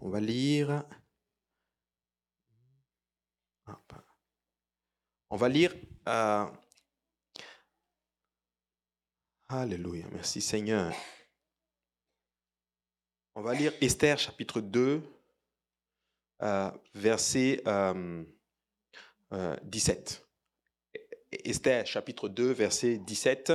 On va lire. On va lire. Alléluia, merci Seigneur. On va lire Esther chapitre 2, verset 17. Esther chapitre 2, verset 17.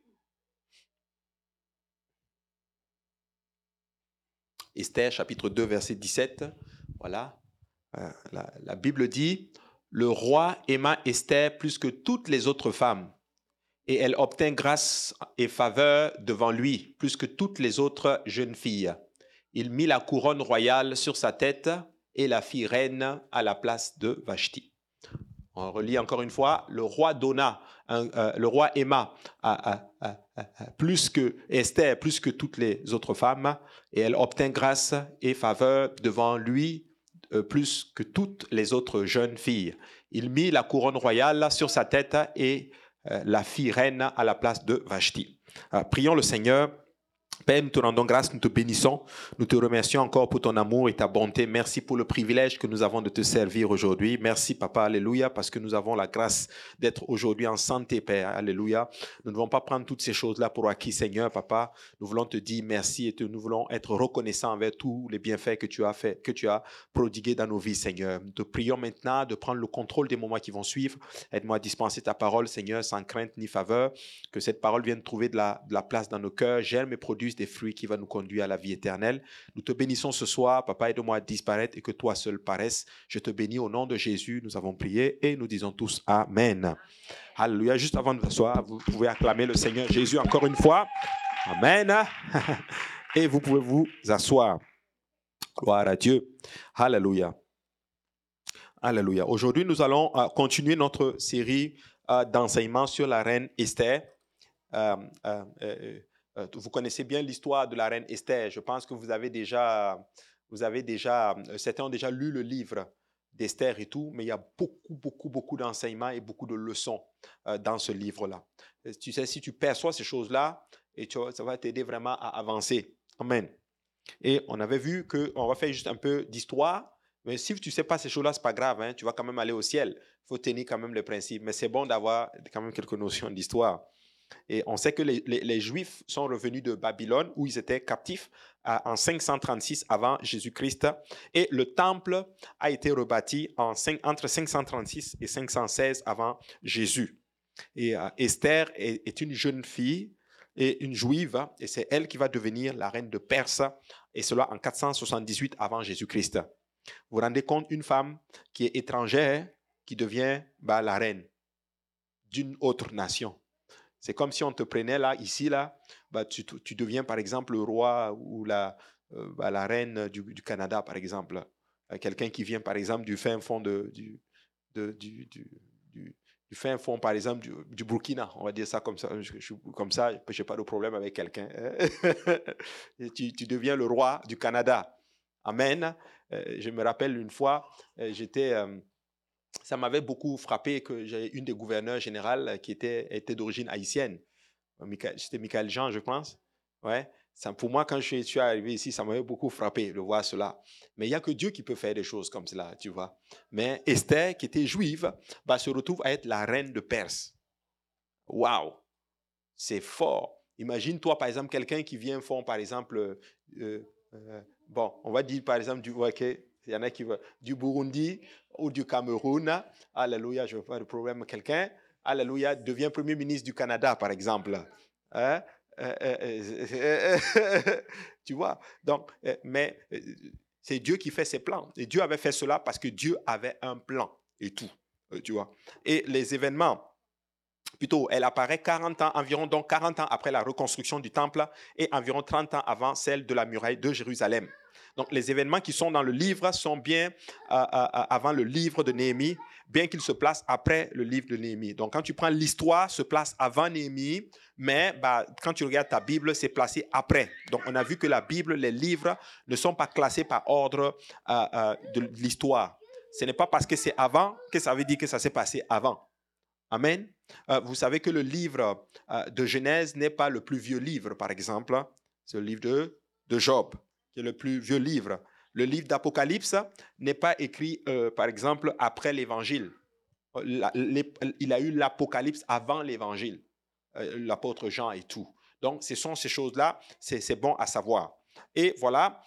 Esther chapitre 2, verset 17. Voilà. La Bible dit, le roi aima Esther plus que toutes les autres femmes, et elle obtint grâce et faveur devant lui, plus que toutes les autres jeunes filles. Il mit la couronne royale sur sa tête et la fit reine à la place de Vashti. On relit encore une fois, le roi aima plus que Esther, plus que toutes les autres femmes, et elle obtint grâce et faveur devant lui, plus que toutes les autres jeunes filles. Il mit la couronne royale sur sa tête et la fit reine à la place de Vashti. Prions le Seigneur. Père, nous te rendons grâce, nous te bénissons, nous te remercions encore pour ton amour et ta bonté. Merci pour le privilège que nous avons de te servir aujourd'hui. Merci, Papa, alléluia, parce que nous avons la grâce d'être aujourd'hui en santé, Père, alléluia. Nous ne devons pas prendre toutes ces choses-là pour acquis, Seigneur, Papa. Nous voulons te dire merci et nous voulons être reconnaissants envers tous les bienfaits que tu as prodigués dans nos vies, Seigneur. Nous te prions maintenant de prendre le contrôle des moments qui vont suivre. Aide-moi à dispenser ta parole, Seigneur, sans crainte ni faveur. Que cette parole vienne trouver de la place dans nos cœurs, germe et produise des fruits qui vont nous conduire à la vie éternelle. Nous te bénissons ce soir, Papa, aide-moi à disparaître et que toi seul paraisses. Je te bénis au nom de Jésus, nous avons prié et nous disons tous Amen. Alléluia. Juste avant de vous asseoir, vous pouvez acclamer le Seigneur Jésus encore une fois. Amen. Et vous pouvez vous asseoir. Gloire à Dieu. Alléluia. Alléluia. Aujourd'hui, nous allons continuer notre série d'enseignements sur la reine Esther. Vous connaissez bien l'histoire de la reine Esther. Je pense que certains ont déjà lu le livre d'Esther et tout, mais il y a beaucoup d'enseignements et beaucoup de leçons dans ce livre-là. Tu sais, si tu perçois ces choses-là, ça va t'aider vraiment à avancer. Amen. Et on avait vu qu'on va faire juste un peu d'histoire, mais si tu ne sais pas ces choses-là, ce n'est pas grave, hein, tu vas quand même aller au ciel. Il faut tenir quand même les principes, mais c'est bon d'avoir quand même quelques notions d'histoire. Et on sait que les Juifs sont revenus de Babylone, où ils étaient captifs en 536 avant Jésus-Christ. Et le temple a été rebâti entre 536 et 516 avant Jésus. Et Esther est une jeune fille et une juive, et c'est elle qui va devenir la reine de Perse, et cela en 478 avant Jésus-Christ. Vous vous rendez compte, une femme qui est étrangère, qui devient la reine d'une autre nation. C'est comme si on te prenait là, ici, là, tu deviens par exemple le roi ou la reine du Canada, par exemple. Quelqu'un qui vient par exemple du fin fond du fin fond, par exemple, du Burkina, on va dire ça comme ça. Je n'ai pas de problème avec quelqu'un. tu deviens le roi du Canada. Amen. Je me rappelle une fois, ça m'avait beaucoup frappé que j'ai une des gouverneurs générales qui était d'origine haïtienne. C'était Michael Jean, je pense. Ouais. Pour moi, quand je suis arrivé ici, ça m'avait beaucoup frappé de voir cela. Mais il n'y a que Dieu qui peut faire des choses comme cela, tu vois. Mais Esther, qui était juive, se retrouve à être la reine de Perse. Waouh! C'est fort. Imagine-toi, par exemple, quelqu'un qui vient fond, par exemple, on va dire, par exemple, il y en a qui veulent du Burundi ou du Cameroun. Alléluia, je veux pas de problème. Quelqu'un, alléluia, devient premier ministre du Canada, par exemple. Hein? Tu vois? Donc, mais c'est Dieu qui fait ses plans. Et Dieu avait fait cela parce que Dieu avait un plan et tout. Tu vois? Et les événements, plutôt, elle apparaît environ 40 ans après la reconstruction du temple et environ 30 ans avant celle de la muraille de Jérusalem. Donc, les événements qui sont dans le livre sont bien avant le livre de Néhémie, bien qu'ils se placent après le livre de Néhémie. Donc, quand tu prends l'histoire, se place avant Néhémie, mais quand tu regardes ta Bible, c'est placé après. Donc, on a vu que la Bible, les livres, ne sont pas classés par ordre de l'histoire. Ce n'est pas parce que c'est avant que ça veut dire que ça s'est passé avant. Amen. Vous savez que le livre de Genèse n'est pas le plus vieux livre, par exemple. C'est le livre de Job, qui est le plus vieux livre. Le livre d'Apocalypse n'est pas écrit, par exemple, après l'Évangile. Il a eu l'Apocalypse avant l'Évangile, l'apôtre Jean et tout. Donc, ce sont ces choses-là, c'est bon à savoir. Et voilà,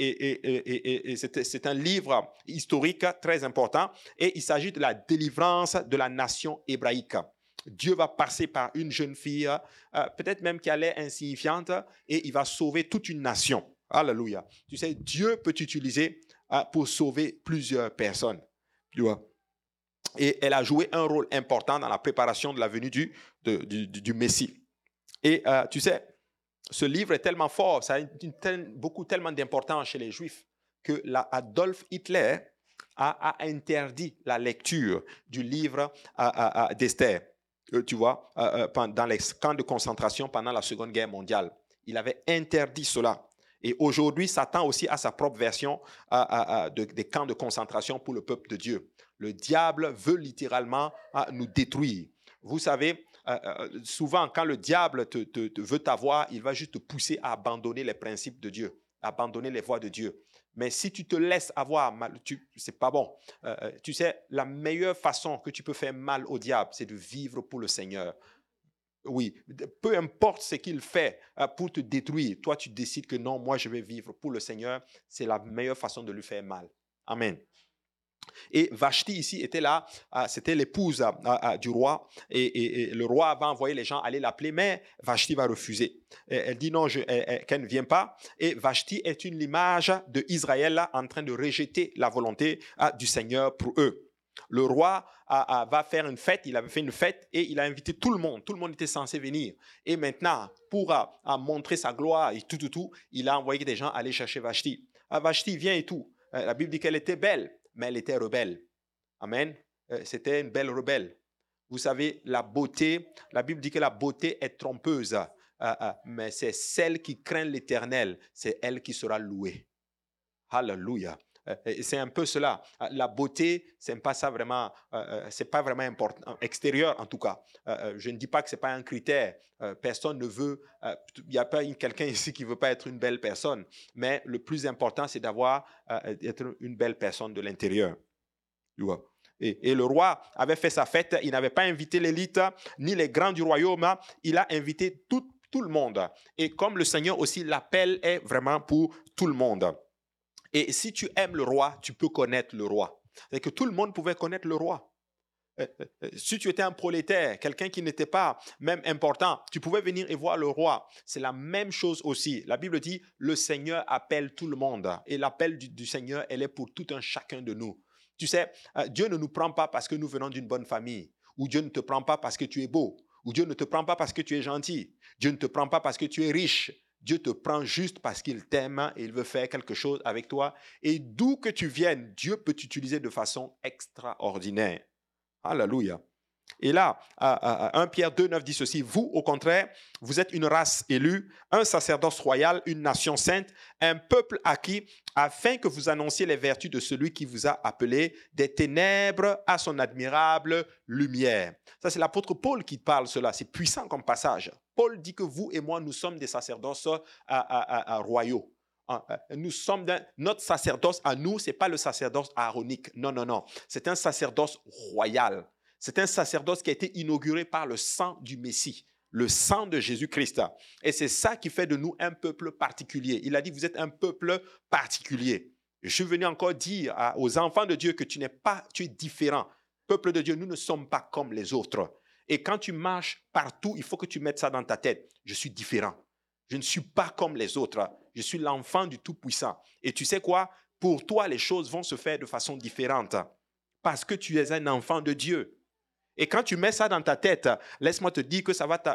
et c'est un livre historique très important, et il s'agit de la délivrance de la nation hébraïque. Dieu va passer par une jeune fille, peut-être même qui allait insignifiante, et il va sauver toute une nation. Alléluia. Tu sais, Dieu peut t'utiliser pour sauver plusieurs personnes. Tu vois. Et elle a joué un rôle important dans la préparation de la venue du Messie. Et tu sais, ce livre est tellement fort, ça a tellement d'importance chez les Juifs, que Adolf Hitler a interdit la lecture du livre d'Esther, tu vois, dans les camps de concentration pendant la Seconde Guerre mondiale. Il avait interdit cela. Et aujourd'hui, Satan aussi a sa propre version des camps de concentration pour le peuple de Dieu. Le diable veut littéralement nous détruire. Vous savez, souvent, quand le diable veut t'avoir, il va juste te pousser à abandonner les principes de Dieu, à abandonner les voies de Dieu. Mais si tu te laisses avoir, c'est pas bon. Tu sais, la meilleure façon que tu peux faire mal au diable, c'est de vivre pour le Seigneur. Oui, peu importe ce qu'il fait pour te détruire, toi tu décides que non, moi je vais vivre pour le Seigneur, c'est la meilleure façon de lui faire mal. Amen. Et Vashti ici était là, c'était l'épouse du roi, et le roi va envoyer les gens aller l'appeler, mais Vashti va refuser. Elle dit non, qu'elle ne vient pas, et Vashti est une image d'Israël en train de rejeter la volonté du Seigneur pour eux. Le roi va faire une fête, il avait fait une fête et il a invité tout le monde était censé venir. Et maintenant, pour montrer sa gloire et tout, il a envoyé des gens aller chercher Vashti. Vashti vient et tout. La Bible dit qu'elle était belle, mais elle était rebelle. Amen. C'était une belle rebelle. Vous savez, la beauté, la Bible dit que la beauté est trompeuse, mais c'est celle qui craint l'Éternel, c'est elle qui sera louée. Alléluia. C'est un peu cela. La beauté, c'est pas ça vraiment, c'est pas vraiment important, extérieur en tout cas. Je ne dis pas que c'est pas un critère. Personne ne veut, il n'y a pas quelqu'un ici qui veut pas être une belle personne. Mais le plus important, c'est d'être une belle personne de l'intérieur. Tu vois. Et le roi avait fait sa fête. Il n'avait pas invité l'élite ni les grands du royaume. Il a invité tout le monde. Et comme le Seigneur aussi, l'appel est vraiment pour tout le monde. Et si tu aimes le roi, tu peux connaître le roi. C'est que tout le monde pouvait connaître le roi. Si tu étais un prolétaire, quelqu'un qui n'était pas même important, tu pouvais venir et voir le roi. C'est la même chose aussi. La Bible dit, le Seigneur appelle tout le monde. Et l'appel du Seigneur, elle est pour tout un chacun de nous. Tu sais, Dieu ne nous prend pas parce que nous venons d'une bonne famille. Ou Dieu ne te prend pas parce que tu es beau. Ou Dieu ne te prend pas parce que tu es gentil. Dieu ne te prend pas parce que tu es riche. Dieu te prend juste parce qu'il t'aime et il veut faire quelque chose avec toi. Et d'où que tu viennes, Dieu peut t'utiliser de façon extraordinaire. Alléluia. Et là, 1 Pierre 2, 9 dit ceci, vous, au contraire, vous êtes une race élue, un sacerdoce royal, une nation sainte, un peuple acquis, afin que vous annonciez les vertus de celui qui vous a appelé des ténèbres à son admirable lumière. Ça, c'est l'apôtre Paul qui parle cela, c'est puissant comme passage. Paul dit que vous et moi, nous sommes des sacerdoces royaux. Nous sommes notre sacerdoce à nous, ce n'est pas le sacerdoce aaronique. Non, non, non. C'est un sacerdoce royal. C'est un sacerdoce qui a été inauguré par le sang du Messie, le sang de Jésus-Christ. Et c'est ça qui fait de nous un peuple particulier. Il a dit, vous êtes un peuple particulier. Je suis venu encore dire aux enfants de Dieu que tu es différent. Peuple de Dieu, nous ne sommes pas comme les autres. Et quand tu marches partout, il faut que tu mettes ça dans ta tête. Je suis différent. Je ne suis pas comme les autres. Je suis l'enfant du Tout-Puissant. Et tu sais quoi? Pour toi, les choses vont se faire de façon différente. Parce que tu es un enfant de Dieu. Et quand tu mets ça dans ta tête, laisse-moi te dire que ça va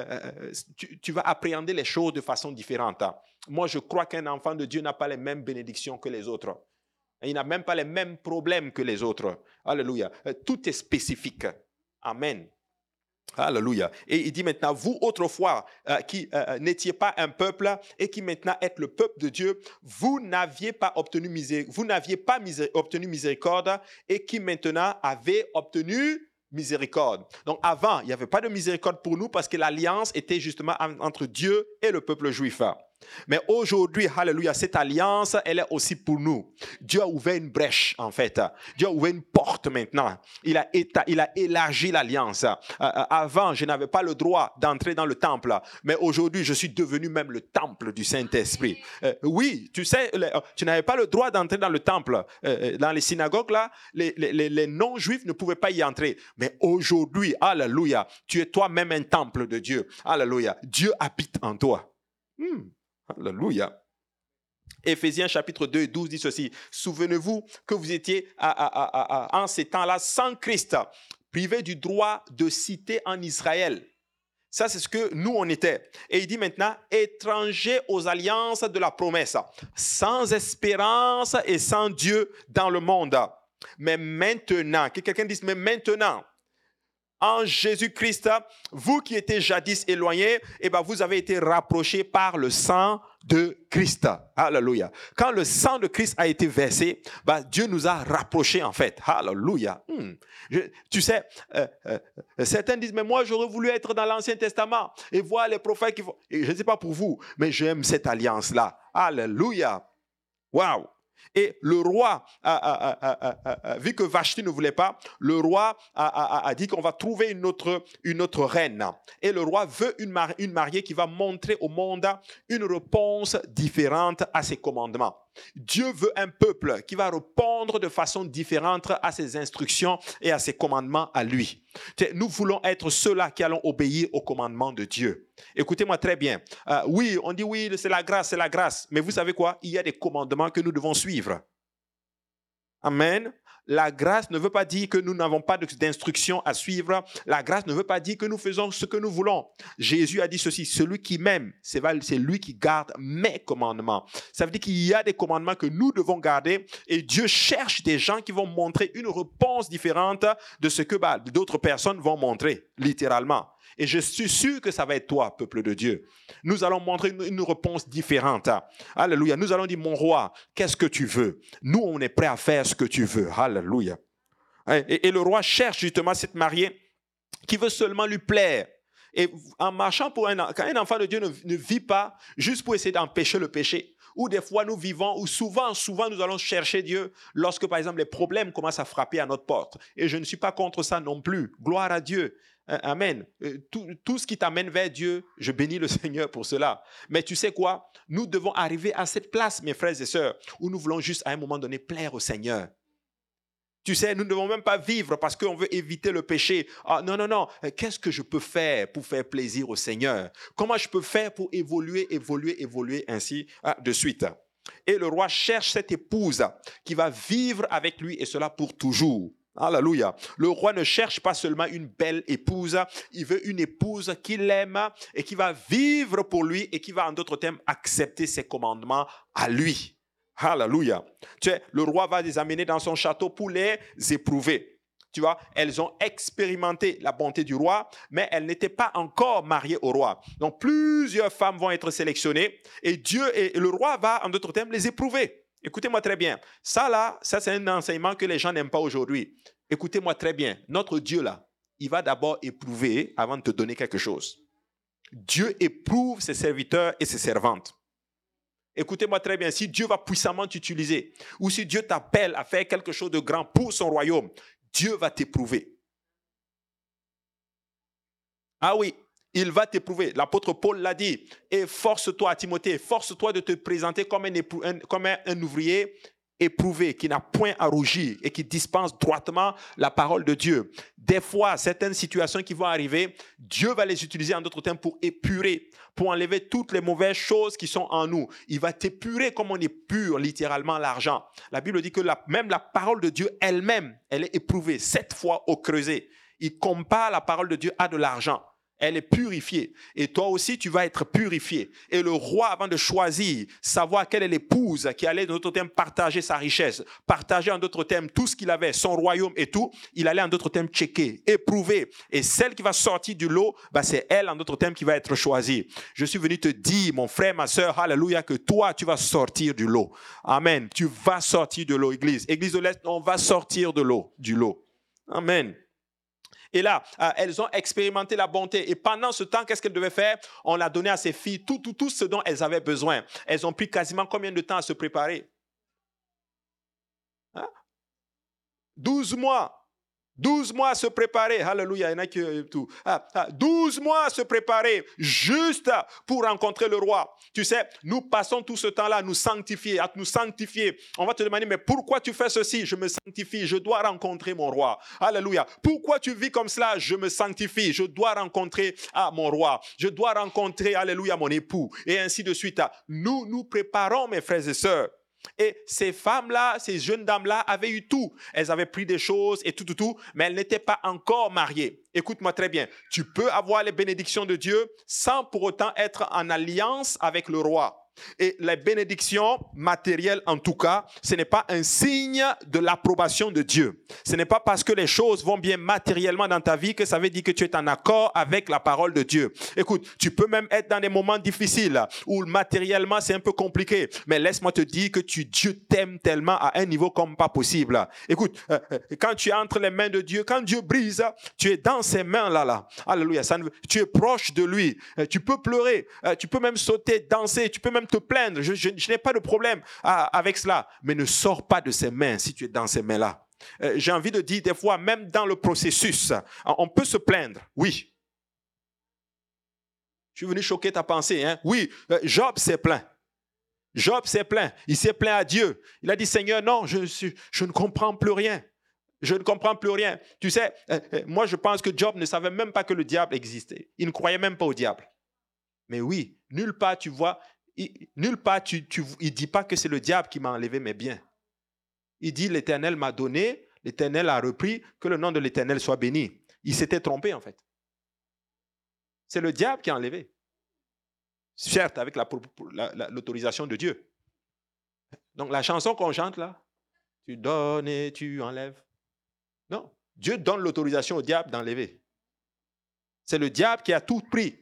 tu vas appréhender les choses de façon différente. Moi, je crois qu'un enfant de Dieu n'a pas les mêmes bénédictions que les autres. Il n'a même pas les mêmes problèmes que les autres. Alléluia. Tout est spécifique. Amen. Alléluia. Et il dit maintenant, vous autrefois qui n'étiez pas un peuple et qui maintenant êtes le peuple de Dieu, vous n'aviez pas obtenu miséricorde et qui maintenant avez obtenu miséricorde. Donc avant, il n'y avait pas de miséricorde pour nous parce que l'alliance était justement entre Dieu et le peuple juif. Mais aujourd'hui, alléluia, cette alliance, elle est aussi pour nous. Dieu a ouvert une brèche, en fait. Dieu a ouvert une porte maintenant. Il a élargi l'alliance. Avant, je n'avais pas le droit d'entrer dans le temple. Mais aujourd'hui, je suis devenu même le temple du Saint-Esprit. Oui, tu sais, tu n'avais pas le droit d'entrer dans le temple. Dans les synagogues, là, les non-juifs ne pouvaient pas y entrer. Mais aujourd'hui, alléluia, tu es toi-même un temple de Dieu. Alléluia. Dieu habite en toi. Alléluia. Éphésiens chapitre 2 et 12 dit ceci. Souvenez-vous que vous étiez en ces temps-là sans Christ, privés du droit de cité en Israël. Ça, c'est ce que nous, on était. Et il dit maintenant, étrangers aux alliances de la promesse, sans espérance et sans Dieu dans le monde. Mais maintenant, que quelqu'un dise, mais maintenant, en Jésus-Christ, vous qui étiez jadis éloignés, vous avez été rapprochés par le sang de Christ. Alléluia. Quand le sang de Christ a été versé, Dieu nous a rapprochés en fait. Alléluia. Tu sais, certains disent, mais moi j'aurais voulu être dans l'Ancien Testament et voir les prophètes qui font... Et je ne sais pas pour vous, mais j'aime cette alliance-là. Alléluia. Waouh. Et le roi, vu que Vashti ne voulait pas, le roi a dit qu'on va trouver une autre reine. Et le roi veut une mariée qui va montrer au monde une réponse différente à ses commandements. Dieu veut un peuple qui va répondre de façon différente à ses instructions et à ses commandements à lui. Nous voulons être ceux-là qui allons obéir aux commandements de Dieu. Écoutez-moi très bien. Oui, on dit oui, c'est la grâce. Mais vous savez quoi? Il y a des commandements que nous devons suivre. Amen. La grâce ne veut pas dire que nous n'avons pas d'instructions à suivre. La grâce ne veut pas dire que nous faisons ce que nous voulons. Jésus a dit ceci, celui qui m'aime, c'est lui qui garde mes commandements. Ça veut dire qu'il y a des commandements que nous devons garder et Dieu cherche des gens qui vont montrer une réponse différente de ce que d'autres personnes vont montrer, littéralement. Et je suis sûr que ça va être toi, peuple de Dieu. Nous allons montrer une réponse différente. Alléluia. Nous allons dire, mon roi, qu'est-ce que tu veux? Nous, on est prêt à faire ce que tu veux. Alléluia. Et le roi cherche justement cette mariée qui veut seulement lui plaire. Et en marchant quand un enfant de Dieu ne vit pas juste pour essayer d'empêcher le péché, ou des fois nous vivons, ou souvent nous allons chercher Dieu lorsque par exemple les problèmes commencent à frapper à notre porte. Et je ne suis pas contre ça non plus. Gloire à Dieu. Amen. Tout ce qui t'amène vers Dieu, je bénis le Seigneur pour cela. Mais tu sais quoi? Nous devons arriver à cette place, mes frères et sœurs, où nous voulons juste à un moment donné plaire au Seigneur. Tu sais, nous ne devons même pas vivre parce qu'on veut éviter le péché. Non. Qu'est-ce que je peux faire pour faire plaisir au Seigneur? Comment je peux faire pour évoluer ainsi de suite? Et le roi cherche cette épouse qui va vivre avec lui et cela pour toujours. Alléluia. Le roi ne cherche pas seulement une belle épouse, il veut une épouse qu'il aime et qui va vivre pour lui et qui va en d'autres termes accepter ses commandements à lui. Alléluia. Tu sais, le roi va les amener dans son château pour les éprouver. Tu vois, elles ont expérimenté la bonté du roi, mais elles n'étaient pas encore mariées au roi. Donc, plusieurs femmes vont être sélectionnées et le roi va, en d'autres termes, les éprouver. Écoutez-moi très bien. Ça, c'est un enseignement que les gens n'aiment pas aujourd'hui. Écoutez-moi très bien. Notre Dieu, là, il va d'abord éprouver avant de te donner quelque chose. Dieu éprouve ses serviteurs et ses servantes. Écoutez-moi très bien. Si Dieu va puissamment t'utiliser, ou si Dieu t'appelle à faire quelque chose de grand pour son royaume, Dieu va t'éprouver. Ah oui. Il va t'éprouver. L'apôtre Paul l'a dit. Et force-toi, Timothée, force-toi de te présenter comme un ouvrier éprouvé, qui n'a point à rougir et qui dispense droitement la parole de Dieu. Des fois, certaines situations qui vont arriver, Dieu va les utiliser en d'autres termes pour épurer, pour enlever toutes les mauvaises choses qui sont en nous. Il va t'épurer comme on épure littéralement l'argent. La Bible dit que même la parole de Dieu elle-même, elle est éprouvée 7 fois au creuset. Il compare la parole de Dieu à de l'argent. Elle est purifiée. Et toi aussi, tu vas être purifié. Et le roi, avant de choisir, savoir quelle est l'épouse qui allait, en d'autres termes, partager sa richesse, partager, en d'autres termes, tout ce qu'il avait, son royaume et tout, il allait, en d'autres termes, checker, éprouver. Et celle qui va sortir du lot, c'est elle, en d'autres termes, qui va être choisie. Je suis venu te dire, mon frère, ma soeur, alléluia, que toi, tu vas sortir du lot. Amen. Tu vas sortir de l'eau, Église. Église de l'Est, on va sortir de l'eau, du lot. Amen. Et là, elles ont expérimenté la bonté. Et pendant ce temps, qu'est-ce qu'elles devaient faire? On a donné à ces filles tout ce dont elles avaient besoin. Elles ont pris quasiment combien de temps à se préparer? 12 mois. 12 mois à se préparer. Alléluia, il y en a qui tout. 12 mois à se préparer juste pour rencontrer le roi. Tu sais, nous passons tout ce temps-là à nous sanctifier, On va te demander, mais pourquoi tu fais ceci? Je me sanctifie, je dois rencontrer mon roi. Alléluia. Pourquoi tu vis comme cela? Je me sanctifie, je dois rencontrer mon roi. Je dois rencontrer, alléluia, mon époux. Et ainsi de suite. Nous nous préparons, mes frères et sœurs. Et ces femmes-là, ces jeunes dames-là avaient eu tout. Elles avaient pris des choses et tout, mais elles n'étaient pas encore mariées. Écoute-moi très bien. Tu peux avoir les bénédictions de Dieu sans pour autant être en alliance avec le roi. Et les bénédictions matérielles, en tout cas, ce n'est pas un signe de l'approbation de Dieu. Ce n'est pas parce que les choses vont bien matériellement dans ta vie que ça veut dire que tu es en accord avec la parole de Dieu. Écoute, tu peux même être dans des moments difficiles où matériellement c'est un peu compliqué, mais laisse-moi te dire que Dieu t'aime tellement à un niveau comme pas possible. Écoute, quand tu es entre les mains de Dieu, quand Dieu brise, tu es dans ses mains là. Alléluia. Tu es proche de lui. Tu peux pleurer, tu peux même sauter, danser, tu peux même te plaindre, je n'ai pas de problème avec cela, mais ne sors pas de ses mains si tu es dans ses mains-là. J'ai envie de dire des fois, même dans le processus, on peut se plaindre, oui. Je suis venu choquer ta pensée, hein? Oui, Job s'est plaint. Job s'est plaint, il s'est plaint à Dieu. Il a dit, Seigneur, non, je ne comprends plus rien. Je ne comprends plus rien. Tu sais, moi je pense que Job ne savait même pas que le diable existait. Il ne croyait même pas au diable. Mais oui, nulle part tu vois, nulle part, il ne dit pas que c'est le diable qui m'a enlevé mes biens. Il dit, l'Éternel m'a donné, l'Éternel a repris, que le nom de l'Éternel soit béni. Il s'était trompé en fait. C'est le diable qui a enlevé. Certes, avec l'autorisation de Dieu. Donc la chanson qu'on chante là, tu donnes et tu enlèves. Non, Dieu donne l'autorisation au diable d'enlever. C'est le diable qui a tout pris.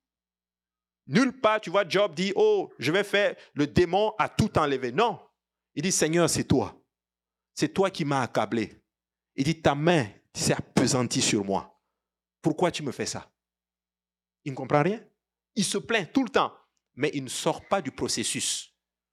Nulle part, tu vois, Job dit, oh, je vais faire, le démon a tout enlevé. Non. Il dit, Seigneur, c'est toi. C'est toi qui m'as accablé. Il dit, ta main s'est appesantie sur moi. Pourquoi tu me fais ça? Il ne comprend rien. Il se plaint tout le temps, mais il ne sort pas du processus.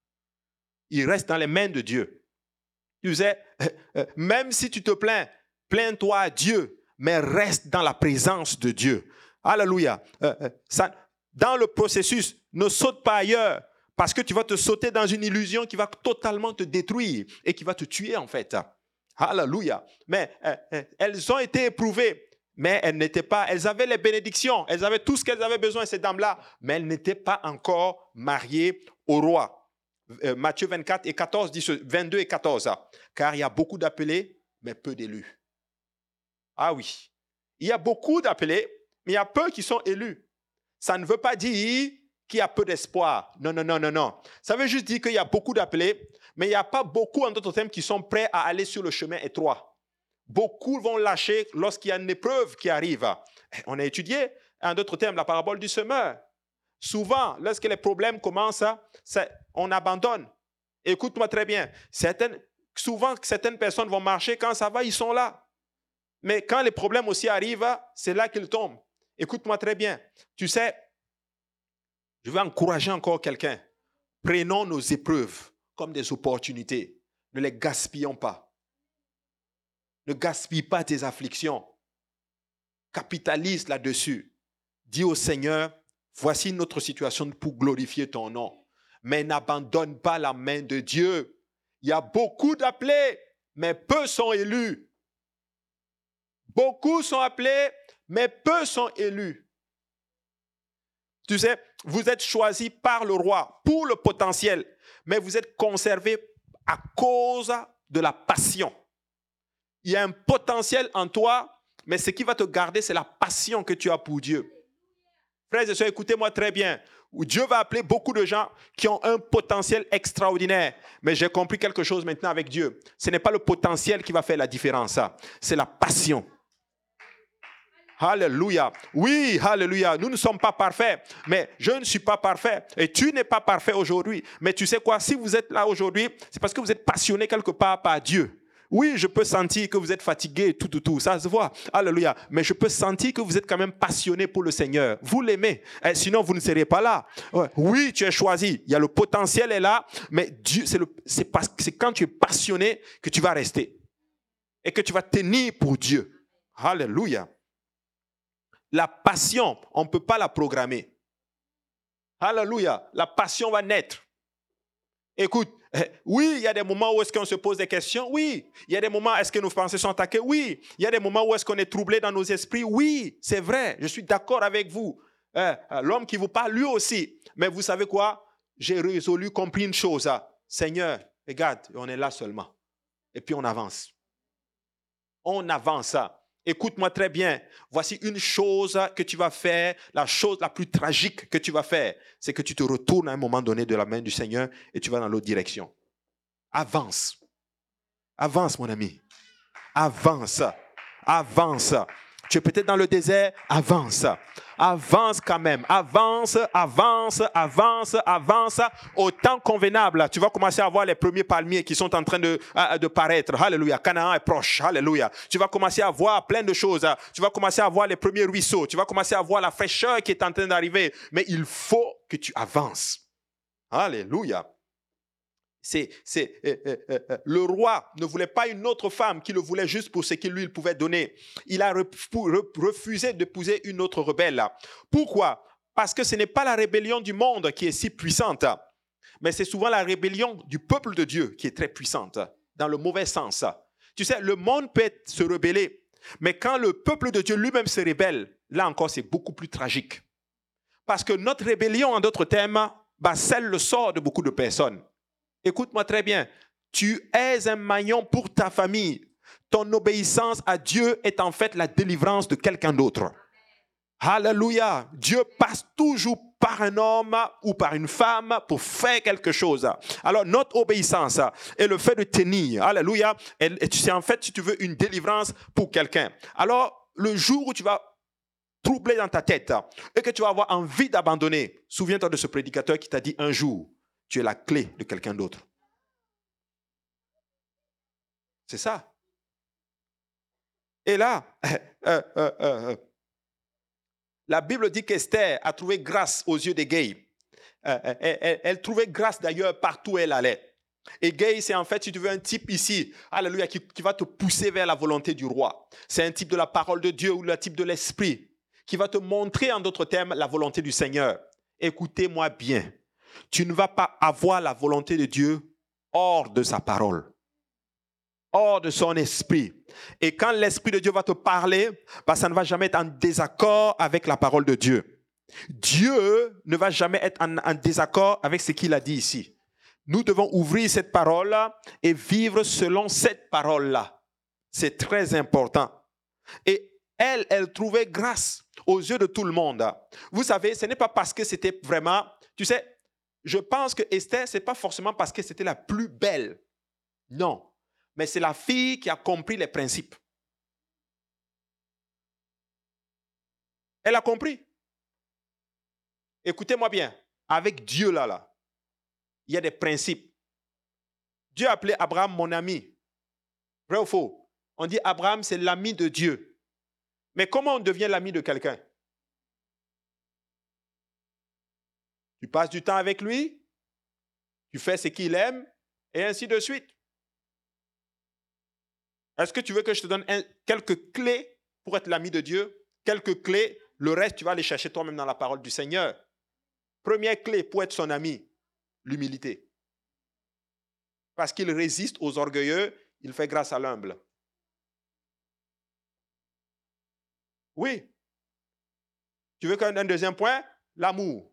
Il reste dans les mains de Dieu. Tu sais, même si tu te plains, plains-toi à Dieu, mais reste dans la présence de Dieu. Alléluia. Dans le processus, ne saute pas ailleurs parce que tu vas te sauter dans une illusion qui va totalement te détruire et qui va te tuer en fait. Alléluia. Mais elles ont été éprouvées, mais elles avaient les bénédictions, elles avaient tout ce qu'elles avaient besoin, ces dames-là, mais elles n'étaient pas encore mariées au roi. Matthieu 24 et 14 dit 22 et 14. Car il y a beaucoup d'appelés, mais peu d'élus. Ah oui, il y a beaucoup d'appelés, mais il y a peu qui sont élus. Ça ne veut pas dire qu'il y a peu d'espoir. Non. Ça veut juste dire qu'il y a beaucoup d'appelés, mais il n'y a pas beaucoup, en d'autres termes, qui sont prêts à aller sur le chemin étroit. Beaucoup vont lâcher lorsqu'il y a une épreuve qui arrive. On a étudié, en d'autres termes, la parabole du semeur. Souvent, lorsque les problèmes commencent, on abandonne. Écoute-moi très bien. Souvent, certaines personnes vont marcher, quand ça va, ils sont là. Mais quand les problèmes aussi arrivent, c'est là qu'ils tombent. Écoute-moi très bien. Tu sais, je vais encourager encore quelqu'un. Prenons nos épreuves comme des opportunités. Ne les gaspillons pas. Ne gaspille pas tes afflictions. Capitalise là-dessus. Dis au Seigneur, voici notre situation pour glorifier ton nom. Mais n'abandonne pas la main de Dieu. Il y a beaucoup d'appelés, mais peu sont élus. Beaucoup sont appelés, mais peu sont élus. Tu sais, vous êtes choisis par le roi pour le potentiel, mais vous êtes conservés à cause de la passion. Il y a un potentiel en toi, mais ce qui va te garder, c'est la passion que tu as pour Dieu. Frères et sœurs, écoutez-moi très bien. Dieu va appeler beaucoup de gens qui ont un potentiel extraordinaire. Mais j'ai compris quelque chose maintenant avec Dieu. Ce n'est pas le potentiel qui va faire la différence, c'est la passion. Alléluia. Oui, alléluia. Nous ne sommes pas parfaits, mais je ne suis pas parfait. Et tu n'es pas parfait aujourd'hui. Mais tu sais quoi? Si vous êtes là aujourd'hui, c'est parce que vous êtes passionné quelque part par Dieu. Oui, je peux sentir que vous êtes fatigué, tout, ça se voit. Alléluia. Mais je peux sentir que vous êtes quand même passionné pour le Seigneur. Vous l'aimez. Sinon, vous ne serez pas là. Ouais. Oui, tu es choisi. Il y a le potentiel est là. Mais Dieu, c'est quand tu es passionné que tu vas rester. Et que tu vas tenir pour Dieu. Alléluia. La passion, on ne peut pas la programmer. Alléluia. La passion va naître. Écoute, oui, il y a des moments où est-ce qu'on se pose des questions. Oui. Il y a des moments où est-ce que nos pensées sont attaquées. Oui. Il y a des moments où est-ce qu'on est troublé dans nos esprits. Oui, c'est vrai. Je suis d'accord avec vous. L'homme qui vous parle, lui aussi. Mais vous savez quoi? J'ai résolu, compris une chose. Seigneur, regarde, on est là seulement. Et puis on avance. On avance. Écoute-moi très bien. Voici une chose que tu vas faire, la chose la plus tragique que tu vas faire, c'est que tu te retournes à un moment donné de la main du Seigneur et tu vas dans l'autre direction. Avance. Avance, mon ami. Avance. Avance. Tu es peut-être dans le désert, avance. Avance quand même. Avance, avance, avance, avance. Au temps convenable, tu vas commencer à voir les premiers palmiers qui sont en train de paraître. Alléluia. Canaan est proche. Alléluia. Tu vas commencer à voir plein de choses. Tu vas commencer à voir les premiers ruisseaux. Tu vas commencer à voir la fraîcheur qui est en train d'arriver. Mais il faut que tu avances. Alléluia. Le roi ne voulait pas une autre femme qui le voulait juste pour ce qu'il lui pouvait donner. Il a refusé d'épouser une autre rebelle. Pourquoi? Parce que ce n'est pas la rébellion du monde qui est si puissante, mais c'est souvent la rébellion du peuple de Dieu qui est très puissante, dans le mauvais sens. Tu sais, le monde peut se rebeller, mais quand le peuple de Dieu lui-même se rébelle, là encore c'est beaucoup plus tragique. Parce que notre rébellion, en d'autres termes, scelle le sort de beaucoup de personnes. Écoute-moi très bien, tu es un maillon pour ta famille. Ton obéissance à Dieu est en fait la délivrance de quelqu'un d'autre. Alléluia. Dieu passe toujours par un homme ou par une femme pour faire quelque chose. Alors notre obéissance et le fait de tenir, alléluia, c'est en fait, si tu veux, une délivrance pour quelqu'un. Alors le jour où tu vas troubler dans ta tête et que tu vas avoir envie d'abandonner, souviens-toi de ce prédicateur qui t'a dit un jour, tu es la clé de quelqu'un d'autre. C'est ça. Et là, la Bible dit qu'Esther a trouvé grâce aux yeux d'Hégai. Elle trouvait grâce d'ailleurs partout où elle allait. Hégai, c'est en fait, si tu veux, un type ici, alléluia, qui va te pousser vers la volonté du roi. C'est un type de la parole de Dieu ou le type de l'esprit qui va te montrer, en d'autres termes, la volonté du Seigneur. Écoutez-moi bien. Tu ne vas pas avoir la volonté de Dieu hors de sa parole, hors de son esprit. Et quand l'Esprit de Dieu va te parler, ça ne va jamais être en désaccord avec la parole de Dieu. Dieu ne va jamais être en désaccord avec ce qu'il a dit ici. Nous devons ouvrir cette parole et vivre selon cette parole-là. C'est très important. Et elle trouvait grâce aux yeux de tout le monde. Vous savez, ce n'est pas parce que c'était vraiment... Tu sais, je pense que Esther, ce n'est pas forcément parce que c'était la plus belle. Non. Mais c'est la fille qui a compris les principes. Elle a compris. Écoutez-moi bien. Avec Dieu là, il y a des principes. Dieu a appelé Abraham mon ami. Vrai ou faux? On dit Abraham, c'est l'ami de Dieu. Mais comment on devient l'ami de quelqu'un? Tu passes du temps avec lui, tu fais ce qu'il aime, et ainsi de suite. Est-ce que tu veux que je te donne quelques clés pour être l'ami de Dieu? Quelques clés, le reste, tu vas aller chercher toi-même dans la parole du Seigneur. Première clé pour être son ami, l'humilité. Parce qu'il résiste aux orgueilleux, il fait grâce à l'humble. Oui. Tu veux qu'un deuxième point? L'amour.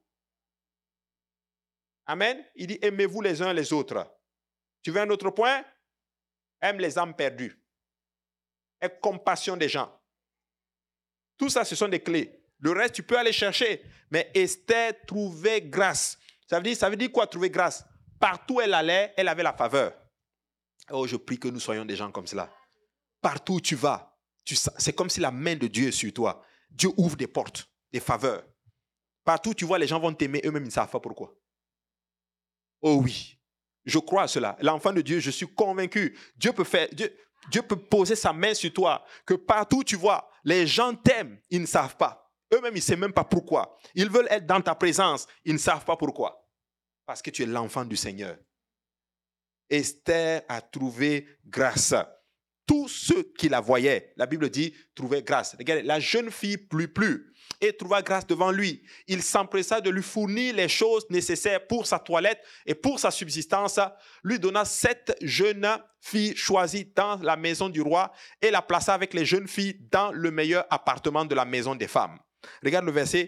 Amen. Il dit aimez-vous les uns les autres. Tu veux un autre point? Aime les âmes perdues. Aie compassion des gens. Tout ça, ce sont des clés. Le reste, tu peux aller chercher. Mais Esther trouvait grâce. Ça veut dire quoi, trouver grâce? Partout où elle allait, elle avait la faveur. Oh, je prie que nous soyons des gens comme cela. Partout où tu vas, c'est comme si la main de Dieu est sur toi. Dieu ouvre des portes, des faveurs. Partout où tu vois, les gens vont t'aimer, eux-mêmes, ils ne savent pas pourquoi. Oh oui. Je crois à cela. L'enfant de Dieu, je suis convaincu. Dieu peut poser sa main sur toi. Que partout où tu vois, les gens t'aiment, ils ne savent pas. Eux-mêmes, ils ne savent même pas pourquoi. Ils veulent être dans ta présence, ils ne savent pas pourquoi. Parce que tu es l'enfant du Seigneur. Esther a trouvé grâce. Tous ceux qui la voyaient, la Bible dit, trouvaient grâce. Regardez, la jeune fille plut et trouva grâce devant lui. Il s'empressa de lui fournir les choses nécessaires pour sa toilette et pour sa subsistance, lui donna 7 jeunes filles choisies dans la maison du roi et la plaça avec les jeunes filles dans le meilleur appartement de la maison des femmes. Regarde le verset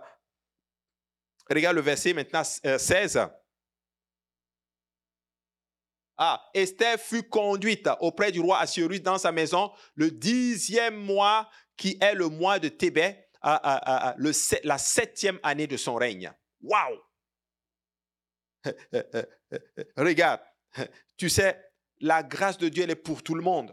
maintenant 16. Esther fut conduite auprès du roi Assuérus dans sa maison le 10e mois, qui est le mois de Thébet, la 7e année de son règne. Waouh! Regarde, tu sais, la grâce de Dieu, elle est pour tout le monde.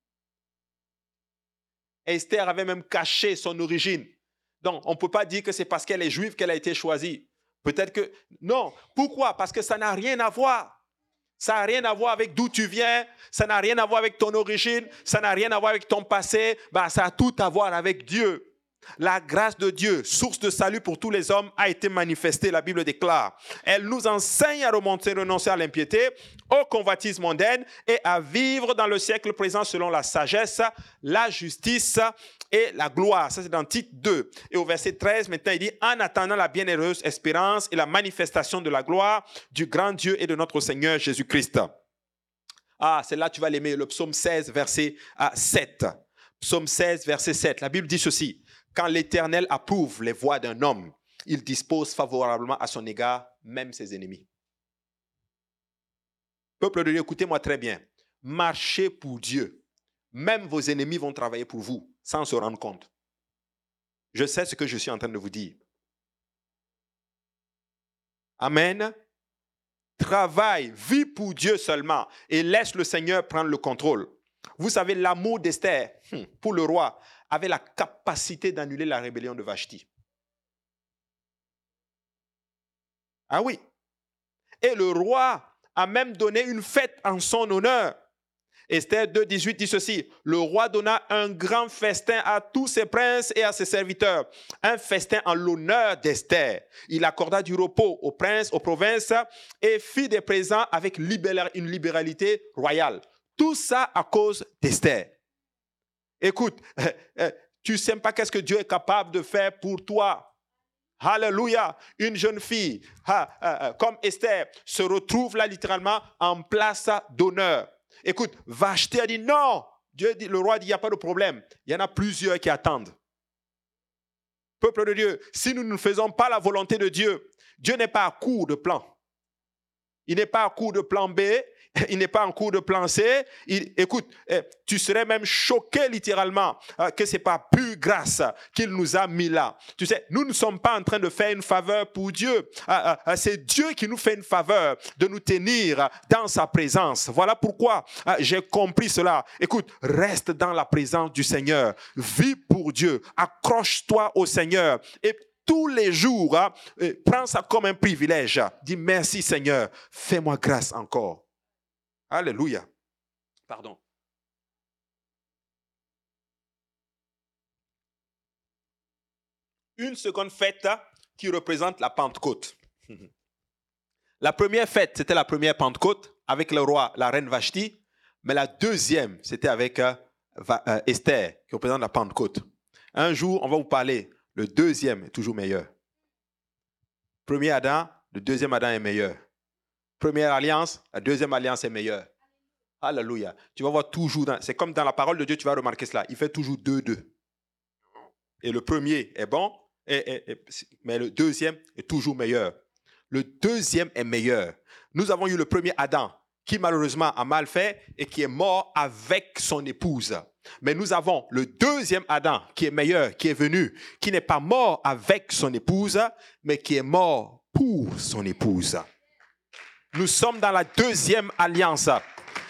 Esther avait même caché son origine. Donc, on ne peut pas dire que c'est parce qu'elle est juive qu'elle a été choisie. Peut-être que... Non. Pourquoi? Parce que ça n'a rien à voir. Ça n'a rien à voir avec d'où tu viens, ça n'a rien à voir avec ton origine, ça n'a rien à voir avec ton passé, ça a tout à voir avec Dieu. La grâce de Dieu, source de salut pour tous les hommes, a été manifestée, la Bible déclare. Elle nous enseigne à renoncer à l'impiété, au convoitise mondaine et à vivre dans le siècle présent selon la sagesse, la justice et la gloire. Ça, c'est dans Tite 2. Et au verset 13, maintenant, il dit « En attendant la bienheureuse espérance et la manifestation de la gloire du grand Dieu et de notre Seigneur Jésus-Christ. » Celle-là, tu vas l'aimer. Le psaume 16, verset 7. Psaume 16, verset 7. La Bible dit ceci. Quand l'Éternel approuve les voies d'un homme, il dispose favorablement à son égard même ses ennemis. Peuple de Dieu, écoutez-moi très bien. Marchez pour Dieu. Même vos ennemis vont travailler pour vous sans se rendre compte. Je sais ce que je suis en train de vous dire. Amen. Travaille, vis pour Dieu seulement et laisse le Seigneur prendre le contrôle. Vous savez, l'amour d'Esther pour le roi avait la capacité d'annuler la rébellion de Vashti. Ah oui. Et le roi a même donné une fête en son honneur. Esther 2,18 dit ceci. Le roi donna un grand festin à tous ses princes et à ses serviteurs. Un festin en l'honneur d'Esther. Il accorda du repos aux princes, aux provinces et fit des présents avec une libéralité royale. Tout ça à cause d'Esther. Écoute, tu ne sais pas qu'est-ce que Dieu est capable de faire pour toi. Alléluia. Une jeune fille comme Esther se retrouve là littéralement en place d'honneur. Écoute, Vashti a dit non. Le roi dit il n'y a pas de problème. Il y en a plusieurs qui attendent. Peuple de Dieu, si nous ne faisons pas la volonté de Dieu, Dieu n'est pas à court de plan. Il n'est pas à court de plan B. Il n'est pas en cours de plan C. Écoute, tu serais même choqué littéralement que ce n'est pas pure grâce qu'il nous a mis là. Tu sais, nous ne sommes pas en train de faire une faveur pour Dieu. C'est Dieu qui nous fait une faveur de nous tenir dans sa présence. Voilà pourquoi j'ai compris cela. Écoute, reste dans la présence du Seigneur. Vis pour Dieu. Accroche-toi au Seigneur. Et tous les jours, prends ça comme un privilège. Dis merci Seigneur. Fais-moi grâce encore. Alléluia. Pardon. Une seconde fête qui représente la Pentecôte. La première fête, c'était la première Pentecôte avec le roi, la reine Vashti. Mais la deuxième, c'était avec Esther, qui représente la Pentecôte. Un jour, on va vous parler. Le deuxième est toujours meilleur. Premier Adam, le deuxième Adam est meilleur. Première alliance, la deuxième alliance est meilleure. Alléluia. Tu vas voir toujours, c'est comme dans la parole de Dieu, tu vas remarquer cela. Il fait toujours 2-2. Et le premier est bon, mais le deuxième est toujours meilleur. Le deuxième est meilleur. Nous avons eu le premier Adam qui malheureusement a mal fait et qui est mort avec son épouse. Mais nous avons le deuxième Adam qui est meilleur, qui est venu, qui n'est pas mort avec son épouse, mais qui est mort pour son épouse. Nous sommes dans la deuxième alliance.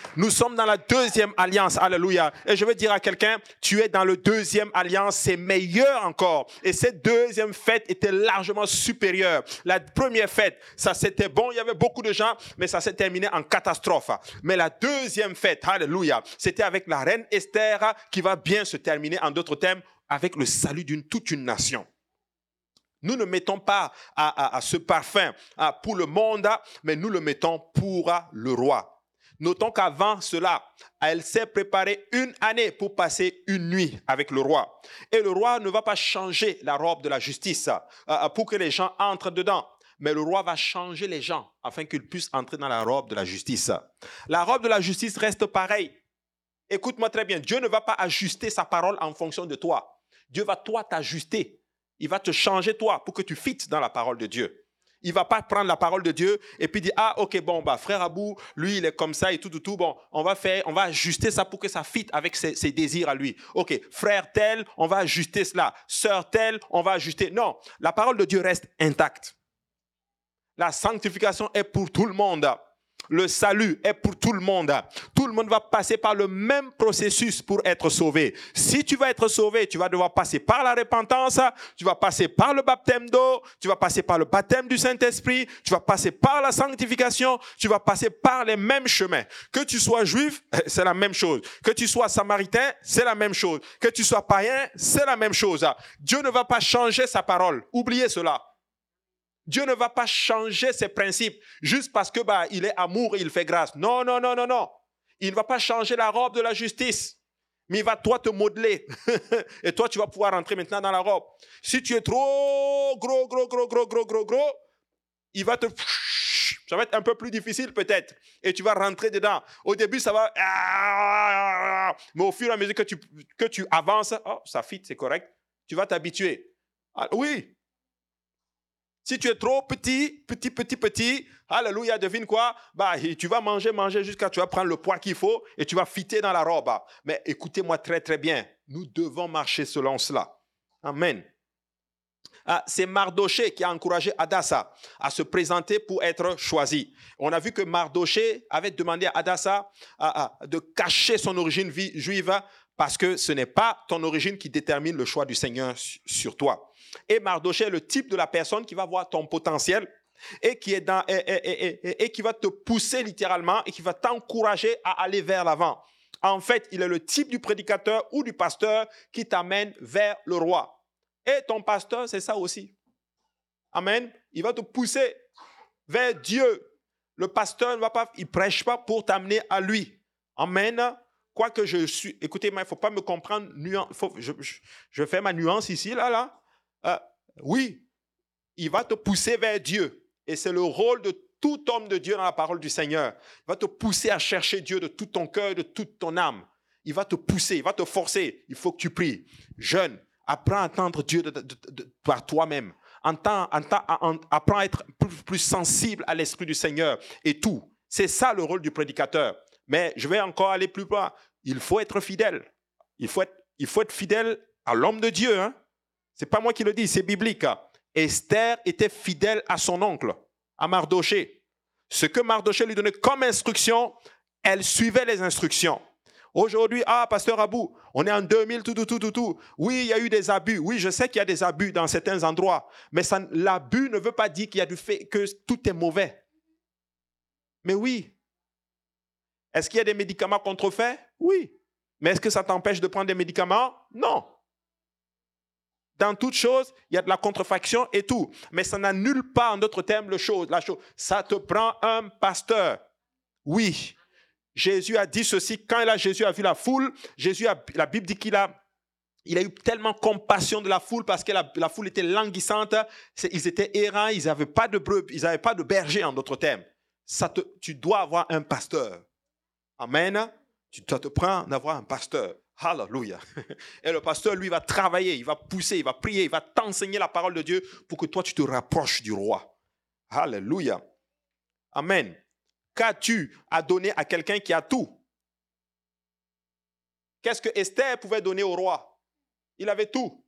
Nous sommes dans la deuxième alliance. Alléluia. Et je veux dire à quelqu'un, tu es dans le deuxième alliance, c'est meilleur encore. Et cette deuxième fête était largement supérieure. La première fête, ça c'était bon, il y avait beaucoup de gens, mais ça s'est terminé en catastrophe. Mais la deuxième fête, alléluia, c'était avec la reine Esther qui va bien se terminer, en d'autres termes, avec le salut toute une nation. Nous ne mettons pas à ce parfum pour le monde, mais nous le mettons pour le roi. Notons qu'avant cela, elle s'est préparée 1 année pour passer une nuit avec le roi. Et le roi ne va pas changer la robe de la justice pour que les gens entrent dedans. Mais le roi va changer les gens afin qu'ils puissent entrer dans la robe de la justice. La robe de la justice reste pareille. Écoute-moi très bien, Dieu ne va pas ajuster sa parole en fonction de toi. Dieu va toi t'ajuster. Il va te changer toi pour que tu fittes dans la parole de Dieu. Il ne va pas prendre la parole de Dieu et puis dire, ah ok, bon, bah, frère Abou, lui il est comme ça et tout, bon, on va ajuster ça pour que ça fitte avec ses désirs à lui. Ok, frère tel, on va ajuster cela. Sœur tel, on va ajuster. Non, la parole de Dieu reste intacte. La sanctification est pour tout le monde. Le salut est pour tout le monde. Tout le monde va passer par le même processus pour être sauvé. Si tu vas être sauvé, tu vas devoir passer par la repentance, tu vas passer par le baptême d'eau, tu vas passer par le baptême du Saint-Esprit, tu vas passer par la sanctification, tu vas passer par les mêmes chemins. Que tu sois juif, c'est la même chose. Que tu sois samaritain, c'est la même chose. Que tu sois païen, c'est la même chose. Dieu ne va pas changer sa parole. Oubliez cela. Dieu ne va pas changer ses principes juste parce que il est amour et il fait grâce. Non, non, non, non, non. Il ne va pas changer la robe de la justice. Mais il va toi te modeler. Et toi, tu vas pouvoir rentrer maintenant dans la robe. Si tu es trop gros, il va te... Ça va être un peu plus difficile peut-être. Et tu vas rentrer dedans. Au début, ça va... Mais au fur et à mesure que tu avances, oh, ça fit, c'est correct. Tu vas t'habituer. Ah, oui. Si tu es trop petit, alléluia, devine quoi? Tu vas manger jusqu'à tu vas prendre le poids qu'il faut et tu vas fitter dans la robe. Mais écoutez-moi très très bien, nous devons marcher selon cela. Amen. C'est Mardoché qui a encouragé Hadassa à se présenter pour être choisi. On a vu que Mardoché avait demandé à Hadassa de cacher son origine juive parce que ce n'est pas ton origine qui détermine le choix du Seigneur sur toi. Et Mardoché est le type de la personne qui va voir ton potentiel et qui va te pousser littéralement et qui va t'encourager à aller vers l'avant. En fait, il est le type du prédicateur ou du pasteur qui t'amène vers le roi. Et ton pasteur, c'est ça aussi. Amen. Il va te pousser vers Dieu. Le pasteur ne va pas, il prêche pas pour t'amener à lui. Amen. Quoique je suis, écoutez-moi, il ne faut pas me comprendre, je fais ma nuance ici, là. Oui, il va te pousser vers Dieu. Et c'est le rôle de tout homme de Dieu dans la parole du Seigneur. Il va te pousser à chercher Dieu de tout ton cœur, de toute ton âme. Il va te pousser, il va te forcer. Il faut que tu pries. Jeune, apprends à entendre Dieu par toi-même. Apprends à être plus sensible à l'Esprit du Seigneur et tout. C'est ça le rôle du prédicateur. Mais je vais encore aller plus loin. Il faut être fidèle. Il faut être fidèle à l'homme de Dieu. Hein? Ce n'est pas moi qui le dis, c'est biblique. Esther était fidèle à son oncle, à Mardoché. Ce que Mardoché lui donnait comme instruction, elle suivait les instructions. Aujourd'hui, pasteur Abou, on est en 2000, tout. Oui, il y a eu des abus. Oui, je sais qu'il y a des abus dans certains endroits. Mais l'abus ne veut pas dire qu'il y a du fait que tout est mauvais. Mais oui. Est-ce qu'il y a des médicaments contrefaits? Oui. Mais est-ce que ça t'empêche de prendre des médicaments? Non. Dans toute chose, il y a de la contrefaction et tout. Mais ça n'annule pas, en d'autres termes, la chose. Ça te prend un pasteur. Oui. Jésus a dit ceci. Quand Jésus a vu la foule, la Bible dit qu'il a eu tellement compassion de la foule parce que la foule était languissante. Ils étaient errants, ils n'avaient pas de brebis, ils n'avaient pas de berger, en d'autres termes. Tu dois avoir un pasteur. Amen. Tu dois te prendre d'avoir un pasteur. Alléluia. Et le pasteur, lui, va travailler, il va pousser, il va prier, il va t'enseigner la parole de Dieu pour que toi, tu te rapproches du roi. Alléluia. Amen. Qu'as-tu à donner à quelqu'un qui a tout? Qu'est-ce que Esther pouvait donner au roi? Il avait tout.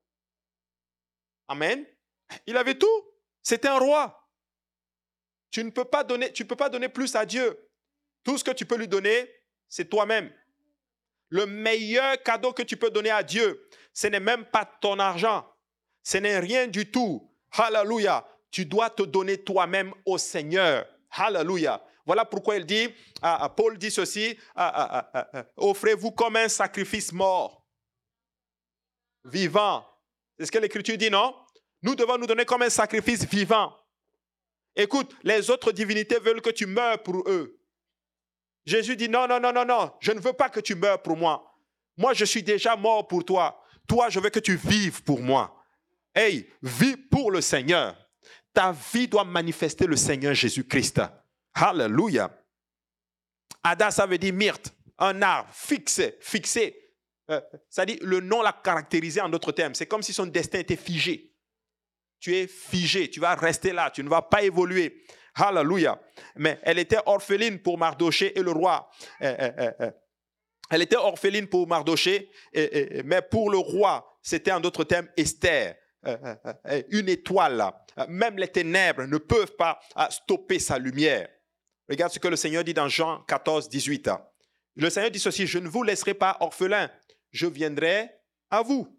Amen. Il avait tout. C'était un roi. Tu peux pas donner plus à Dieu. Tout ce que tu peux lui donner, c'est toi-même. Le meilleur cadeau que tu peux donner à Dieu, ce n'est même pas ton argent. Ce n'est rien du tout. Alléluia. Tu dois te donner toi-même au Seigneur. Alléluia. Voilà pourquoi il dit, Paul dit ceci, offrez-vous comme un sacrifice mort, vivant. C'est ce que l'Écriture dit, non? Nous devons nous donner comme un sacrifice vivant. Écoute, les autres divinités veulent que tu meurs pour eux. Jésus dit, non, je ne veux pas que tu meurs pour moi. Moi, je suis déjà mort pour toi. Toi, je veux que tu vives pour moi. Hey, vis pour le Seigneur. Ta vie doit manifester le Seigneur Jésus-Christ. Alléluia. Ada, ça veut dire myrte, un arbre fixé. Ça dit, le nom l'a caractérisé en d'autres termes. C'est comme si son destin était figé. Tu es figé, tu vas rester là, tu ne vas pas évoluer. Alléluia. Mais elle était orpheline pour Mardoché et le roi. Elle était orpheline pour Mardoché, mais pour le roi, c'était en d'autres termes Esther. Une étoile. Même les ténèbres ne peuvent pas stopper sa lumière. Regarde ce que le Seigneur dit dans Jean 14, 18. Le Seigneur dit ceci, je ne vous laisserai pas orphelin, je viendrai à vous.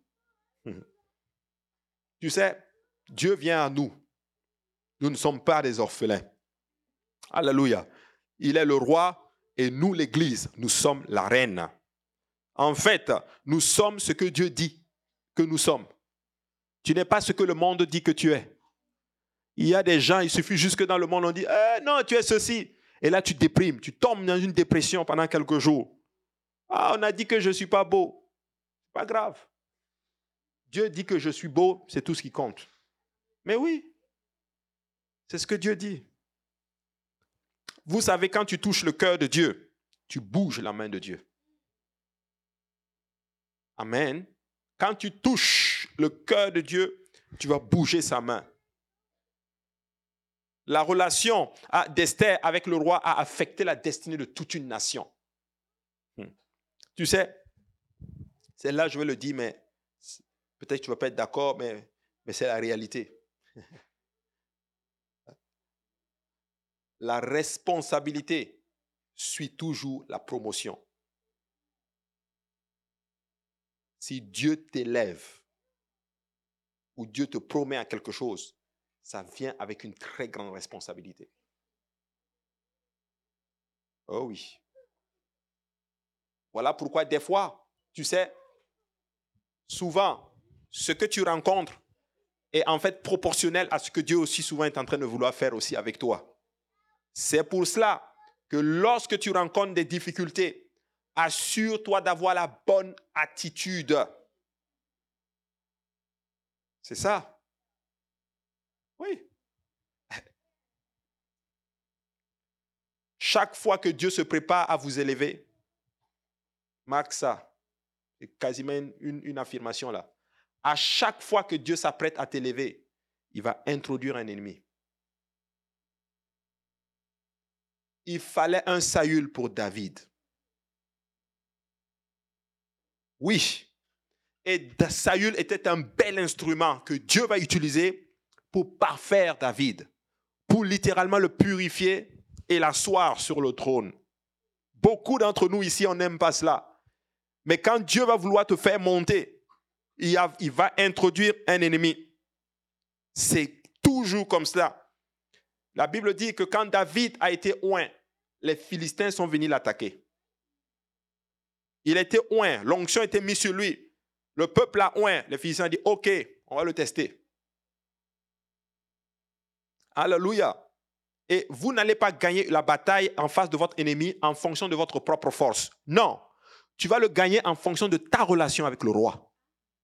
Tu sais, Dieu vient à nous. Nous ne sommes pas des orphelins. Alléluia. Il est le roi et nous, l'Église, nous sommes la reine. En fait, nous sommes ce que Dieu dit que nous sommes. Tu n'es pas ce que le monde dit que tu es. Il y a des gens, il suffit juste que dans le monde, on dit « non, tu es ceci ». Et là, tu déprimes, tu tombes dans une dépression pendant quelques jours. Ah, on a dit que je ne suis pas beau. Pas grave. Dieu dit que je suis beau, c'est tout ce qui compte. Mais oui, c'est ce que Dieu dit. Vous savez, quand tu touches le cœur de Dieu, tu bouges la main de Dieu. Amen. Quand tu touches le cœur de Dieu, tu vas bouger sa main. La relation d'Esther avec le roi a affecté la destinée de toute une nation. Tu sais, c'est là, je vais le dire, mais peut-être que tu ne vas pas être d'accord, mais c'est la réalité. La responsabilité suit toujours la promotion. Si Dieu t'élève ou Dieu te promet à quelque chose, ça vient avec une très grande responsabilité. Oh oui. Voilà pourquoi des fois, tu sais, souvent, ce que tu rencontres est en fait proportionnel à ce que Dieu aussi souvent est en train de vouloir faire aussi avec toi. C'est pour cela que lorsque tu rencontres des difficultés, assure-toi d'avoir la bonne attitude. C'est ça. Oui. Chaque fois que Dieu se prépare à vous élever, marque ça. C'est quasiment une affirmation là. À chaque fois que Dieu s'apprête à t'élever, il va introduire un ennemi. Il fallait un Saül pour David. Oui. Et Saül était un bel instrument que Dieu va utiliser pour parfaire David, pour littéralement le purifier et l'asseoir sur le trône. Beaucoup d'entre nous ici, on n'aime pas cela. Mais quand Dieu va vouloir te faire monter, il va introduire un ennemi. C'est toujours comme cela. La Bible dit que quand David a été oint, les Philistins sont venus l'attaquer. Il était oint, l'onction était mise sur lui. Le peuple a oint. Les Philistins ont dit, OK, on va le tester. Alléluia. Et vous n'allez pas gagner la bataille en face de votre ennemi en fonction de votre propre force. Non. Tu vas le gagner en fonction de ta relation avec le roi.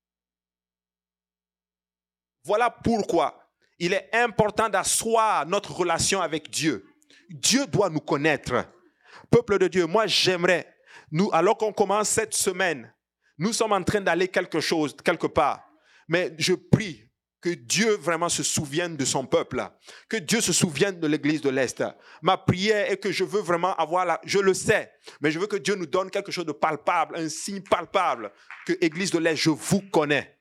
Voilà pourquoi il est important d'asseoir notre relation avec Dieu. Dieu doit nous connaître. Peuple de Dieu, moi j'aimerais, alors qu'on commence cette semaine, nous sommes en train d'aller quelque part. Mais je prie que Dieu vraiment se souvienne de son peuple, que Dieu se souvienne de l'église de l'Est. Ma prière est que je veux vraiment avoir, je le sais, mais je veux que Dieu nous donne quelque chose de palpable, un signe palpable, que église de l'Est, je vous connais.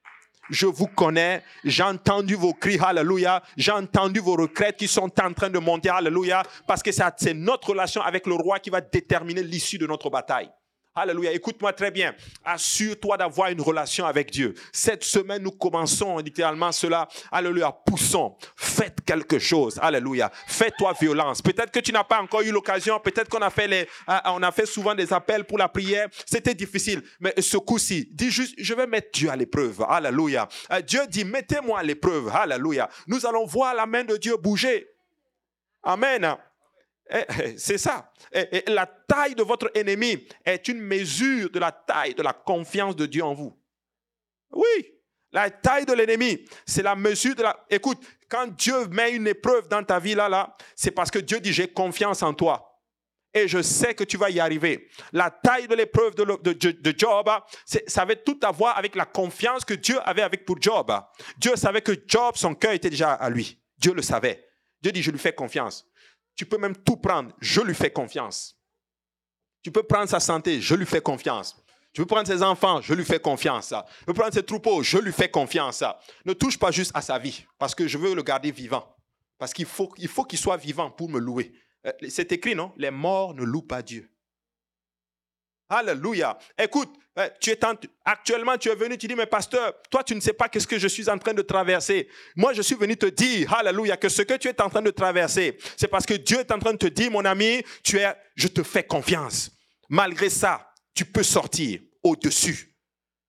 je vous connais, j'ai entendu vos cris, alléluia, j'ai entendu vos requêtes qui sont en train de monter, alléluia, parce que c'est notre relation avec le roi qui va déterminer l'issue de notre bataille. Alléluia, écoute-moi très bien. Assure-toi d'avoir une relation avec Dieu. Cette semaine, nous commençons littéralement cela. Alléluia, poussons. Faites quelque chose. Alléluia. Fais-toi violence. Peut-être que tu n'as pas encore eu l'occasion. Peut-être qu'on a fait souvent des appels pour la prière. C'était difficile. Mais ce coup-ci, dis juste, je vais mettre Dieu à l'épreuve. Alléluia. Dieu dit, mettez-moi à l'épreuve. Alléluia. Nous allons voir la main de Dieu bouger. Amen. C'est ça. Et la taille de votre ennemi est une mesure de la taille de la confiance de Dieu en vous. Oui, la taille de l'ennemi, c'est la mesure de la... Écoute, quand Dieu met une épreuve dans ta vie, là, c'est parce que Dieu dit, j'ai confiance en toi. Et je sais que tu vas y arriver. La taille de l'épreuve de Job, ça avait tout à voir avec la confiance que Dieu avait pour Job. Dieu savait que Job, son cœur était déjà à lui. Dieu le savait. Dieu dit, je lui fais confiance. Tu peux même tout prendre, je lui fais confiance. Tu peux prendre sa santé, je lui fais confiance. Tu peux prendre ses enfants, je lui fais confiance. Tu peux prendre ses troupeaux, je lui fais confiance. Ne touche pas juste à sa vie, parce que je veux le garder vivant. Parce qu'il faut qu'il soit vivant pour me louer. C'est écrit, non? Les morts ne louent pas Dieu. Alléluia. Écoute, actuellement tu es venu, tu dis, mais pasteur, toi tu ne sais pas qu'est-ce que je suis en train de traverser. Moi je suis venu te dire, alléluia, que ce que tu es en train de traverser, c'est parce que Dieu est en train de te dire, mon ami, je te fais confiance. Malgré ça, tu peux sortir au-dessus.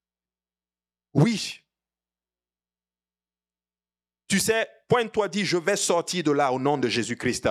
Oui. Tu sais, pointe-toi, dis, je vais sortir de là au nom de Jésus-Christ.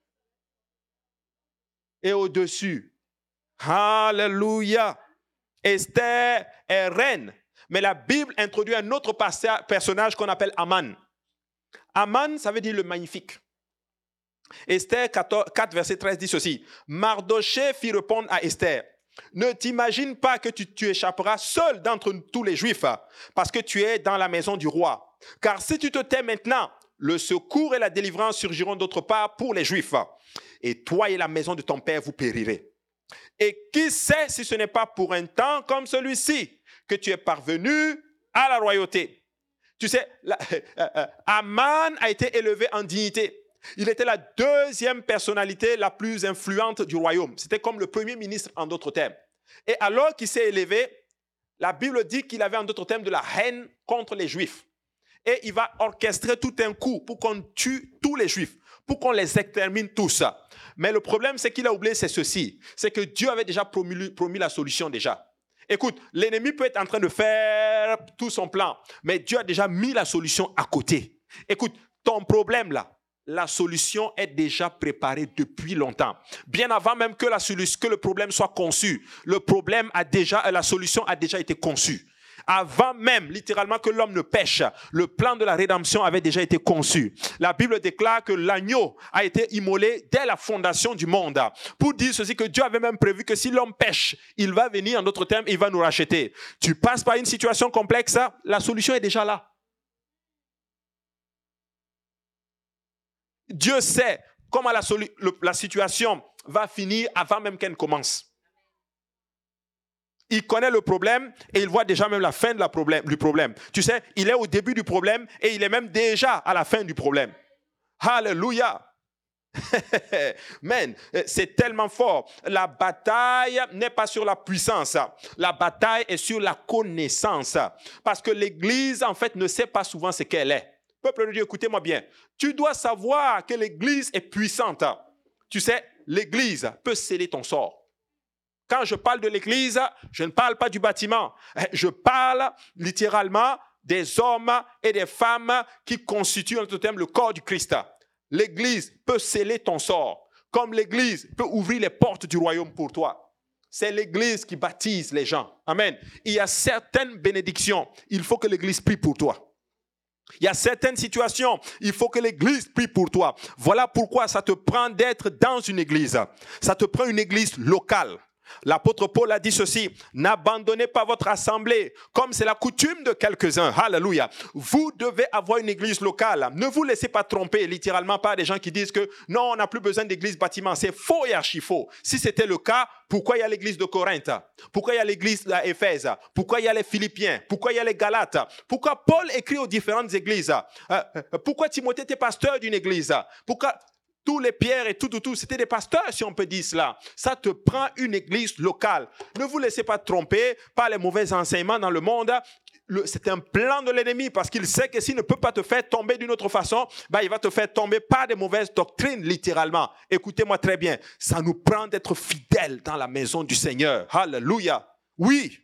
Et au-dessus. Alléluia. Esther est reine. Mais la Bible introduit un autre personnage qu'on appelle Aman. Aman, ça veut dire le magnifique. Esther 4, verset 13 dit ceci. Mardoché fit répondre à Esther. Ne t'imagine pas que tu échapperas seul d'entre tous les Juifs, parce que tu es dans la maison du roi. Car si tu te tais maintenant, le secours et la délivrance surgiront d'autre part pour les Juifs. Et toi et la maison de ton père, vous périrez. Et qui sait si ce n'est pas pour un temps comme celui-ci que tu es parvenu à la royauté. Tu sais, Aman a été élevé en dignité. Il était la deuxième personnalité la plus influente du royaume. C'était comme le premier ministre en d'autres termes. Et alors qu'il s'est élevé, la Bible dit qu'il avait en d'autres termes de la haine contre les Juifs. Et il va orchestrer tout un coup pour qu'on tue tous les Juifs, pour qu'on les extermine tous. Mais le problème, c'est qu'il a oublié, c'est ceci. C'est que Dieu avait déjà promis la solution déjà. Écoute, l'ennemi peut être en train de faire tout son plan, mais Dieu a déjà mis la solution à côté. Écoute, ton problème là, la solution est déjà préparée depuis longtemps. Bien avant même que le problème soit conçu, la solution a déjà été conçue. Avant même, littéralement, que l'homme ne pêche, le plan de la rédemption avait déjà été conçu. La Bible déclare que l'agneau a été immolé dès la fondation du monde. Pour dire ceci, que Dieu avait même prévu que si l'homme pêche, il va venir, en d'autres termes, il va nous racheter. Tu passes par une situation complexe, la solution est déjà là. Dieu sait comment la situation va finir avant même qu'elle commence. Il connaît le problème et il voit déjà même la fin du problème. Tu sais, il est au début du problème et il est même déjà à la fin du problème. Alléluia. Man, c'est tellement fort. La bataille n'est pas sur la puissance. La bataille est sur la connaissance. Parce que l'Église, en fait, ne sait pas souvent ce qu'elle est. Peuple de Dieu, écoutez-moi bien. Tu dois savoir que l'Église est puissante. Tu sais, l'Église peut sceller ton sort. Quand je parle de l'Église, je ne parle pas du bâtiment. Je parle littéralement des hommes et des femmes qui constituent, en tout terme, le corps du Christ. L'Église peut sceller ton sort, comme l'Église peut ouvrir les portes du royaume pour toi. C'est l'Église qui baptise les gens. Amen. Il y a certaines bénédictions, il faut que l'Église prie pour toi. Il y a certaines situations, il faut que l'Église prie pour toi. Voilà pourquoi ça te prend d'être dans une église. Ça te prend une église locale. L'apôtre Paul a dit ceci, n'abandonnez pas votre assemblée, comme c'est la coutume de quelques-uns. Alléluia. Vous devez avoir une église locale. Ne vous laissez pas tromper littéralement par des gens qui disent que non, on n'a plus besoin d'église bâtiment. C'est faux et archi faux. Si c'était le cas, pourquoi il y a l'église de Corinthe? Pourquoi il y a l'église d'Éphèse? Pourquoi il y a les Philippiens? Pourquoi il y a les Galates? Pourquoi Paul écrit aux différentes églises? Pourquoi Timothée était pasteur d'une église? Pourquoi tous les Pierres et tout, c'était des pasteurs, si on peut dire cela. Ça te prend une église locale. Ne vous laissez pas tromper par les mauvais enseignements dans le monde. C'est un plan de l'ennemi parce qu'il sait que s'il ne peut pas te faire tomber d'une autre façon, il va te faire tomber par des mauvaises doctrines, littéralement. Écoutez-moi très bien. Ça nous prend d'être fidèles dans la maison du Seigneur. Alléluia. Oui.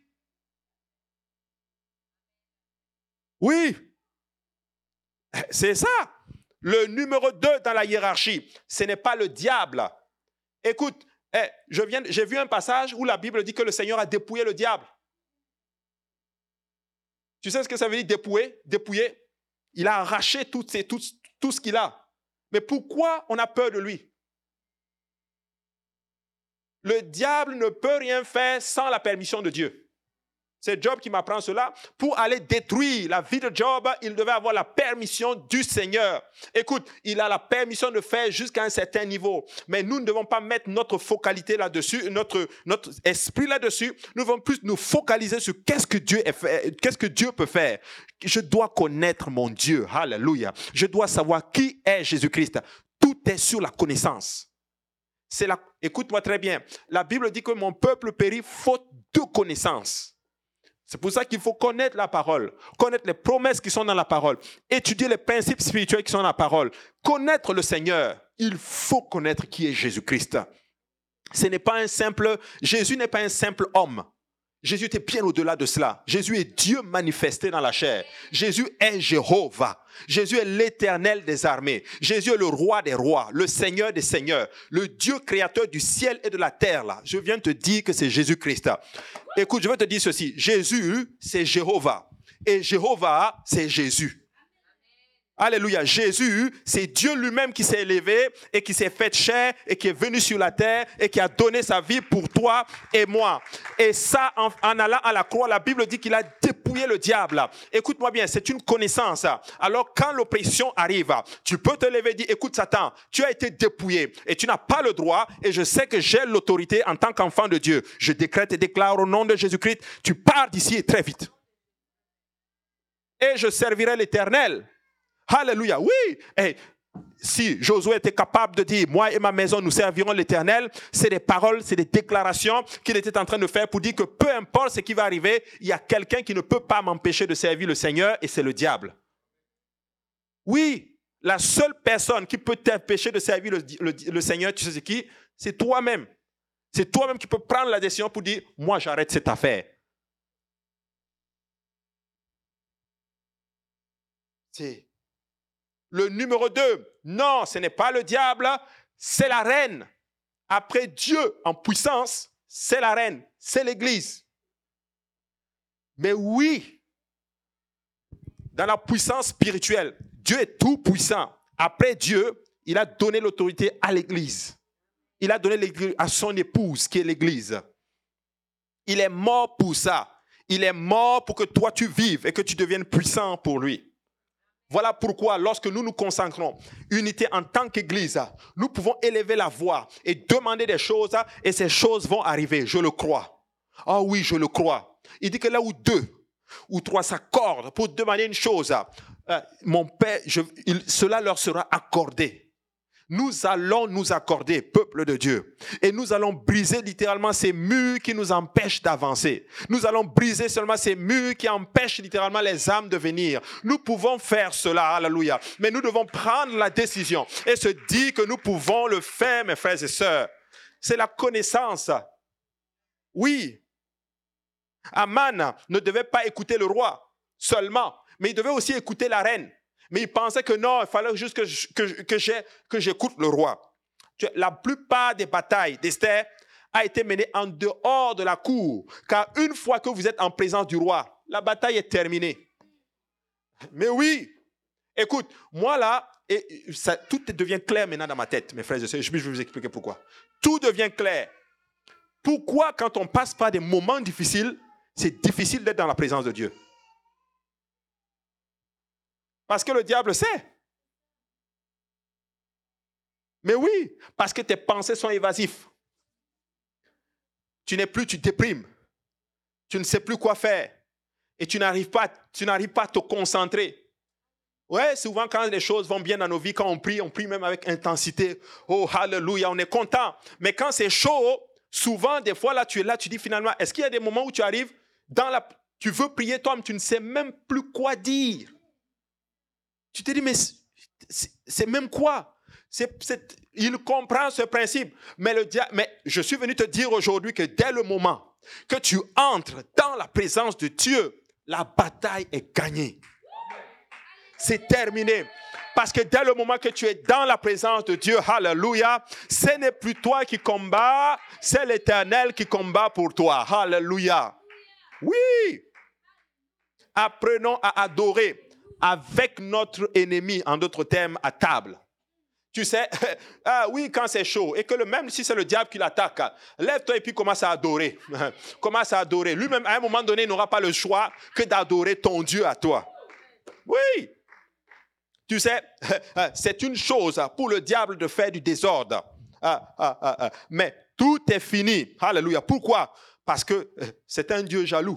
Oui. C'est ça. Le numéro 2 dans la hiérarchie, ce n'est pas le diable. Écoute, j'ai vu un passage où la Bible dit que le Seigneur a dépouillé le diable. Tu sais ce que ça veut dire dépouiller? Dépouiller. Il a arraché tout ce qu'il a. Mais pourquoi on a peur de lui? Le diable ne peut rien faire sans la permission de Dieu. C'est Job qui m'apprend cela. Pour aller détruire la vie de Job, il devait avoir la permission du Seigneur. Écoute, il a la permission de faire jusqu'à un certain niveau. Mais nous ne devons pas mettre notre focalité là-dessus, notre esprit là-dessus. Nous devons plus nous focaliser sur qu'est-ce que Dieu peut faire. Je dois connaître mon Dieu. Alléluia. Je dois savoir qui est Jésus-Christ. Tout est sur la connaissance. Écoute-moi très bien. La Bible dit que mon peuple périt faute de connaissance. C'est pour ça qu'il faut connaître la parole, connaître les promesses qui sont dans la parole, étudier les principes spirituels qui sont dans la parole, connaître le Seigneur. Il faut connaître qui est Jésus-Christ. Jésus n'est pas un simple homme. Jésus était bien au-delà de cela. Jésus est Dieu manifesté dans la chair. Jésus est Jéhovah. Jésus est l'Éternel des armées. Jésus est le roi des rois, le Seigneur des seigneurs, le Dieu créateur du ciel et de la terre. Là. Je viens de te dire que c'est Jésus-Christ. Écoute, je vais te dire ceci. Jésus, c'est Jéhovah. Et Jéhovah, c'est Jésus. Alléluia. Jésus, c'est Dieu lui-même qui s'est élevé et qui s'est fait chair et qui est venu sur la terre et qui a donné sa vie pour toi et moi. Et ça, en allant à la croix, la Bible dit qu'il a dépouillé le diable. Écoute-moi bien, c'est une connaissance. Alors, quand l'oppression arrive, tu peux te lever et dire, écoute Satan, tu as été dépouillé et tu n'as pas le droit et je sais que j'ai l'autorité en tant qu'enfant de Dieu. Je décrète et déclare au nom de Jésus-Christ, tu pars d'ici et très vite. Et je servirai l'Éternel. Alléluia, oui. Et si Josué était capable de dire, moi et ma maison, nous servirons l'Éternel, c'est des paroles, c'est des déclarations qu'il était en train de faire pour dire que peu importe ce qui va arriver, il y a quelqu'un qui ne peut pas m'empêcher de servir le Seigneur et c'est le diable. Oui, la seule personne qui peut t'empêcher de servir le Seigneur, tu sais c'est qui? C'est toi-même. C'est toi-même qui peux prendre la décision pour dire, moi j'arrête cette affaire. C'est le numéro 2, non, ce n'est pas le diable, c'est la reine. Après Dieu en puissance, c'est la reine, c'est l'Église. Mais oui, dans la puissance spirituelle, Dieu est tout puissant. Après Dieu, il a donné l'autorité à l'Église. Il a donné l'Église à son épouse qui est l'Église. Il est mort pour ça. Il est mort pour que toi tu vives et que tu deviennes puissant pour lui. Voilà pourquoi lorsque nous nous consacrons unité en tant qu'Église, nous pouvons élever la voix et demander des choses et ces choses vont arriver, je le crois. Ah oui, je le crois. Il dit que là où 2 ou 3 s'accordent pour demander une chose, mon Père, cela leur sera accordé. Nous allons nous accorder, peuple de Dieu. Et nous allons briser littéralement ces murs qui nous empêchent d'avancer. Nous allons briser seulement ces murs qui empêchent littéralement les âmes de venir. Nous pouvons faire cela, alléluia. Mais nous devons prendre la décision et se dire que nous pouvons le faire, mes frères et sœurs. C'est la connaissance. Oui. Aman ne devait pas écouter le roi seulement, mais il devait aussi écouter la reine. Mais il pensait que non, il fallait juste que j'écoute le roi. La plupart des batailles d'Esther a été menée en dehors de la cour. Car une fois que vous êtes en présence du roi, la bataille est terminée. Mais oui, écoute, moi là, tout devient clair maintenant dans ma tête, mes frères et sœurs. Je vais vous expliquer pourquoi. Tout devient clair. Pourquoi, quand on passe par des moments difficiles, c'est difficile d'être dans la présence de Dieu? Parce que le diable sait. Mais oui, parce que tes pensées sont évasives. Tu déprimes. Tu ne sais plus quoi faire. Et tu n'arrives pas à te concentrer. Ouais, souvent quand les choses vont bien dans nos vies, quand on prie même avec intensité. Oh, alléluia, on est content. Mais quand c'est chaud, souvent, des fois, là, tu es là, tu dis finalement, est-ce qu'il y a des moments où tu arrives, tu veux prier toi, mais tu ne sais même plus quoi dire. Tu te dis, mais c'est même quoi? Il comprend ce principe. Mais je suis venu te dire aujourd'hui que dès le moment que tu entres dans la présence de Dieu, la bataille est gagnée. C'est terminé. Parce que dès le moment que tu es dans la présence de Dieu, alléluia, ce n'est plus toi qui combats, c'est l'Éternel qui combat pour toi. Alléluia. Oui. Apprenons à adorer avec notre ennemi, en d'autres termes, à table. Tu sais, oui, quand c'est chaud, et que même si c'est le diable qui l'attaque, lève-toi et puis commence à adorer. Commence à adorer. Lui-même, à un moment donné, il n'aura pas le choix que d'adorer ton Dieu à toi. Oui. Tu sais, c'est une chose pour le diable de faire du désordre. Mais tout est fini. Alléluia. Pourquoi? Parce que c'est un Dieu jaloux.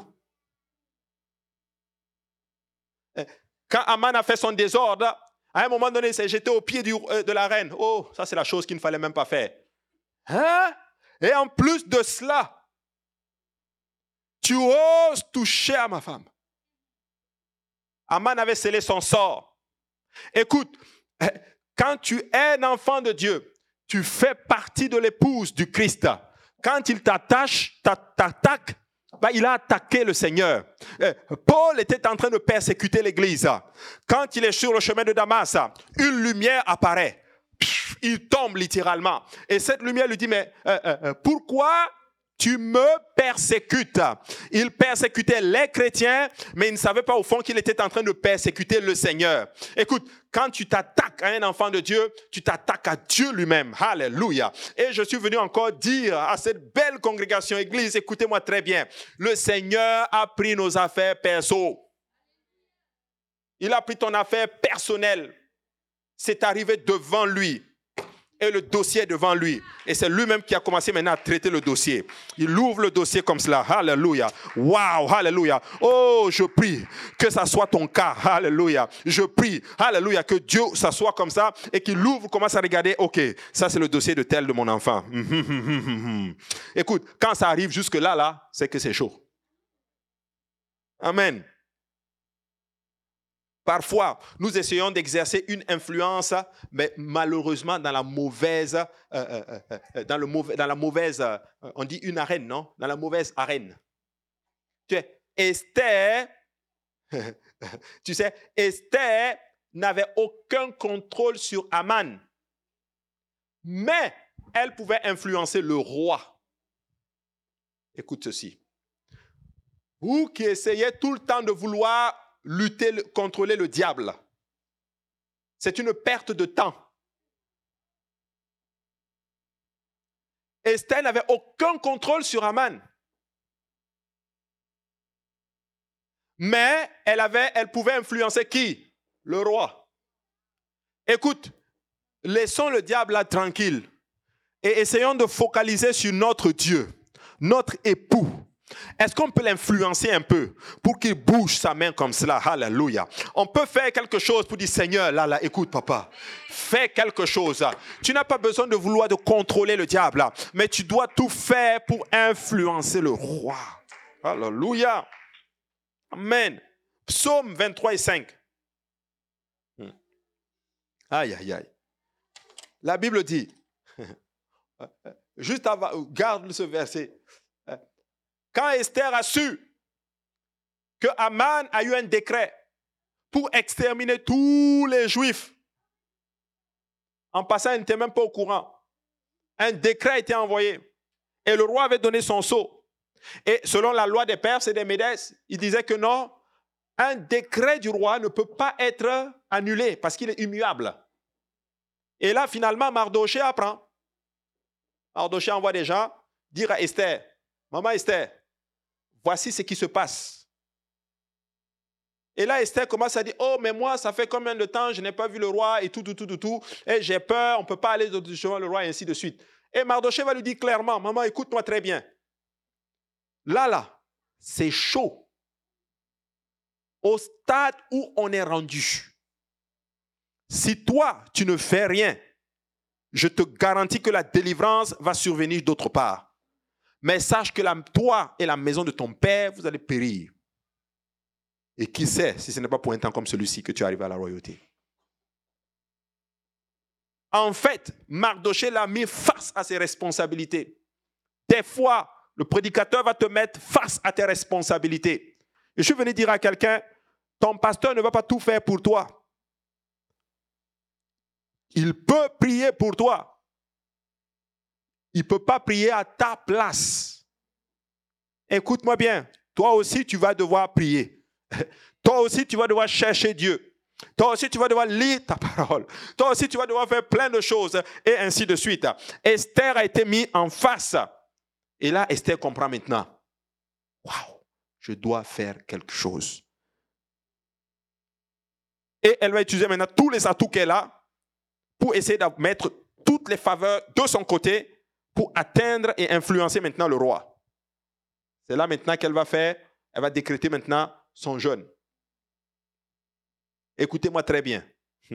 Quand Aman a fait son désordre, à un moment donné, il s'est jeté au pied de la reine. Oh, ça c'est la chose qu'il ne fallait même pas faire. Hein? Et en plus de cela, tu oses toucher à ma femme. Aman avait scellé son sort. Écoute, quand tu es un enfant de Dieu, tu fais partie de l'épouse du Christ. Quand il t'attaque, il a attaqué le Seigneur. Paul était en train de persécuter l'église. Quand il est sur le chemin de Damas, une lumière apparaît. Il tombe littéralement. Et cette lumière lui dit, mais pourquoi tu me persécutes? Il persécutait les chrétiens, mais il ne savait pas au fond qu'il était en train de persécuter le Seigneur. Écoute, quand tu t'attaques à un enfant de Dieu, tu t'attaques à Dieu lui-même. Alléluia. Et je suis venu encore dire à cette belle congrégation église, écoutez-moi très bien, le Seigneur a pris nos affaires perso. Il a pris ton affaire personnelle. C'est arrivé devant lui. Et le dossier est devant lui. Et c'est lui-même qui a commencé maintenant à traiter le dossier. Il ouvre le dossier comme cela. Alléluia. Waouh, alléluia. Oh, je prie que ça soit ton cas. Alléluia. Je prie, alléluia, que Dieu, ça soit comme ça et qu'il ouvre, commence à regarder. Ok, ça c'est le dossier de tel de mon enfant. Écoute, quand ça arrive jusque là, c'est que c'est chaud. Amen. Parfois, nous essayons d'exercer une influence, mais malheureusement dans la mauvaise, on dit une arène, non? Dans la mauvaise arène. Tu sais, Esther n'avait aucun contrôle sur Aman, mais elle pouvait influencer le roi. Écoute ceci. Vous qui essayez tout le temps de vouloir contrôler le diable. C'est une perte de temps. Esther n'avait aucun contrôle sur Aman. Mais elle pouvait influencer qui? Le roi. Écoute, laissons le diable là tranquille et essayons de focaliser sur notre Dieu, notre époux. Est-ce qu'on peut l'influencer un peu pour qu'il bouge sa main comme cela? Alléluia. On peut faire quelque chose pour dire, Seigneur, là, écoute papa, fais quelque chose. Tu n'as pas besoin de vouloir de contrôler le diable, mais tu dois tout faire pour influencer le roi. Alléluia. Amen. Psaume 23 et 5. Aïe, aïe, aïe. La Bible dit, juste avant, garde ce verset. Quand Esther a su que Aman a eu un décret pour exterminer tous les Juifs, en passant, elle n'était même pas au courant. Un décret a été envoyé et le roi avait donné son sceau. Et selon la loi des Perses et des Médès, il disait que non, un décret du roi ne peut pas être annulé parce qu'il est immuable. Et là, finalement, Mardoché apprend. Mardoché envoie des gens dire à Esther, maman Esther, voici ce qui se passe. Et là, Esther commence à dire, oh, mais moi, ça fait combien de temps, je n'ai pas vu le roi et tout. Et j'ai peur, on ne peut pas aller devant le roi et ainsi de suite. Et Mardochée va lui dire clairement, maman, écoute-moi très bien. Là, c'est chaud. Au stade où on est rendu. Si toi, tu ne fais rien, je te garantis que la délivrance va survenir d'autre part. Mais sache que toi et la maison de ton père, vous allez périr. Et qui sait si ce n'est pas pour un temps comme celui-ci que tu arrives à la royauté. En fait, Mardochée l'a mis face à ses responsabilités. Des fois, le prédicateur va te mettre face à tes responsabilités. Et je suis venu dire à quelqu'un, ton pasteur ne va pas tout faire pour toi. Il peut prier pour toi. Il ne peut pas prier à ta place. Écoute-moi bien, toi aussi tu vas devoir prier. Toi aussi tu vas devoir chercher Dieu. Toi aussi tu vas devoir lire ta parole. Toi aussi tu vas devoir faire plein de choses et ainsi de suite. Esther a été mise en face. Et là, Esther comprend maintenant. Waouh, je dois faire quelque chose. Et elle va utiliser maintenant tous les atouts qu'elle a pour essayer de mettre toutes les faveurs de son côté pour atteindre et influencer maintenant le roi. C'est là maintenant qu'elle va faire, elle va décréter maintenant son jeûne. Écoutez-moi très bien.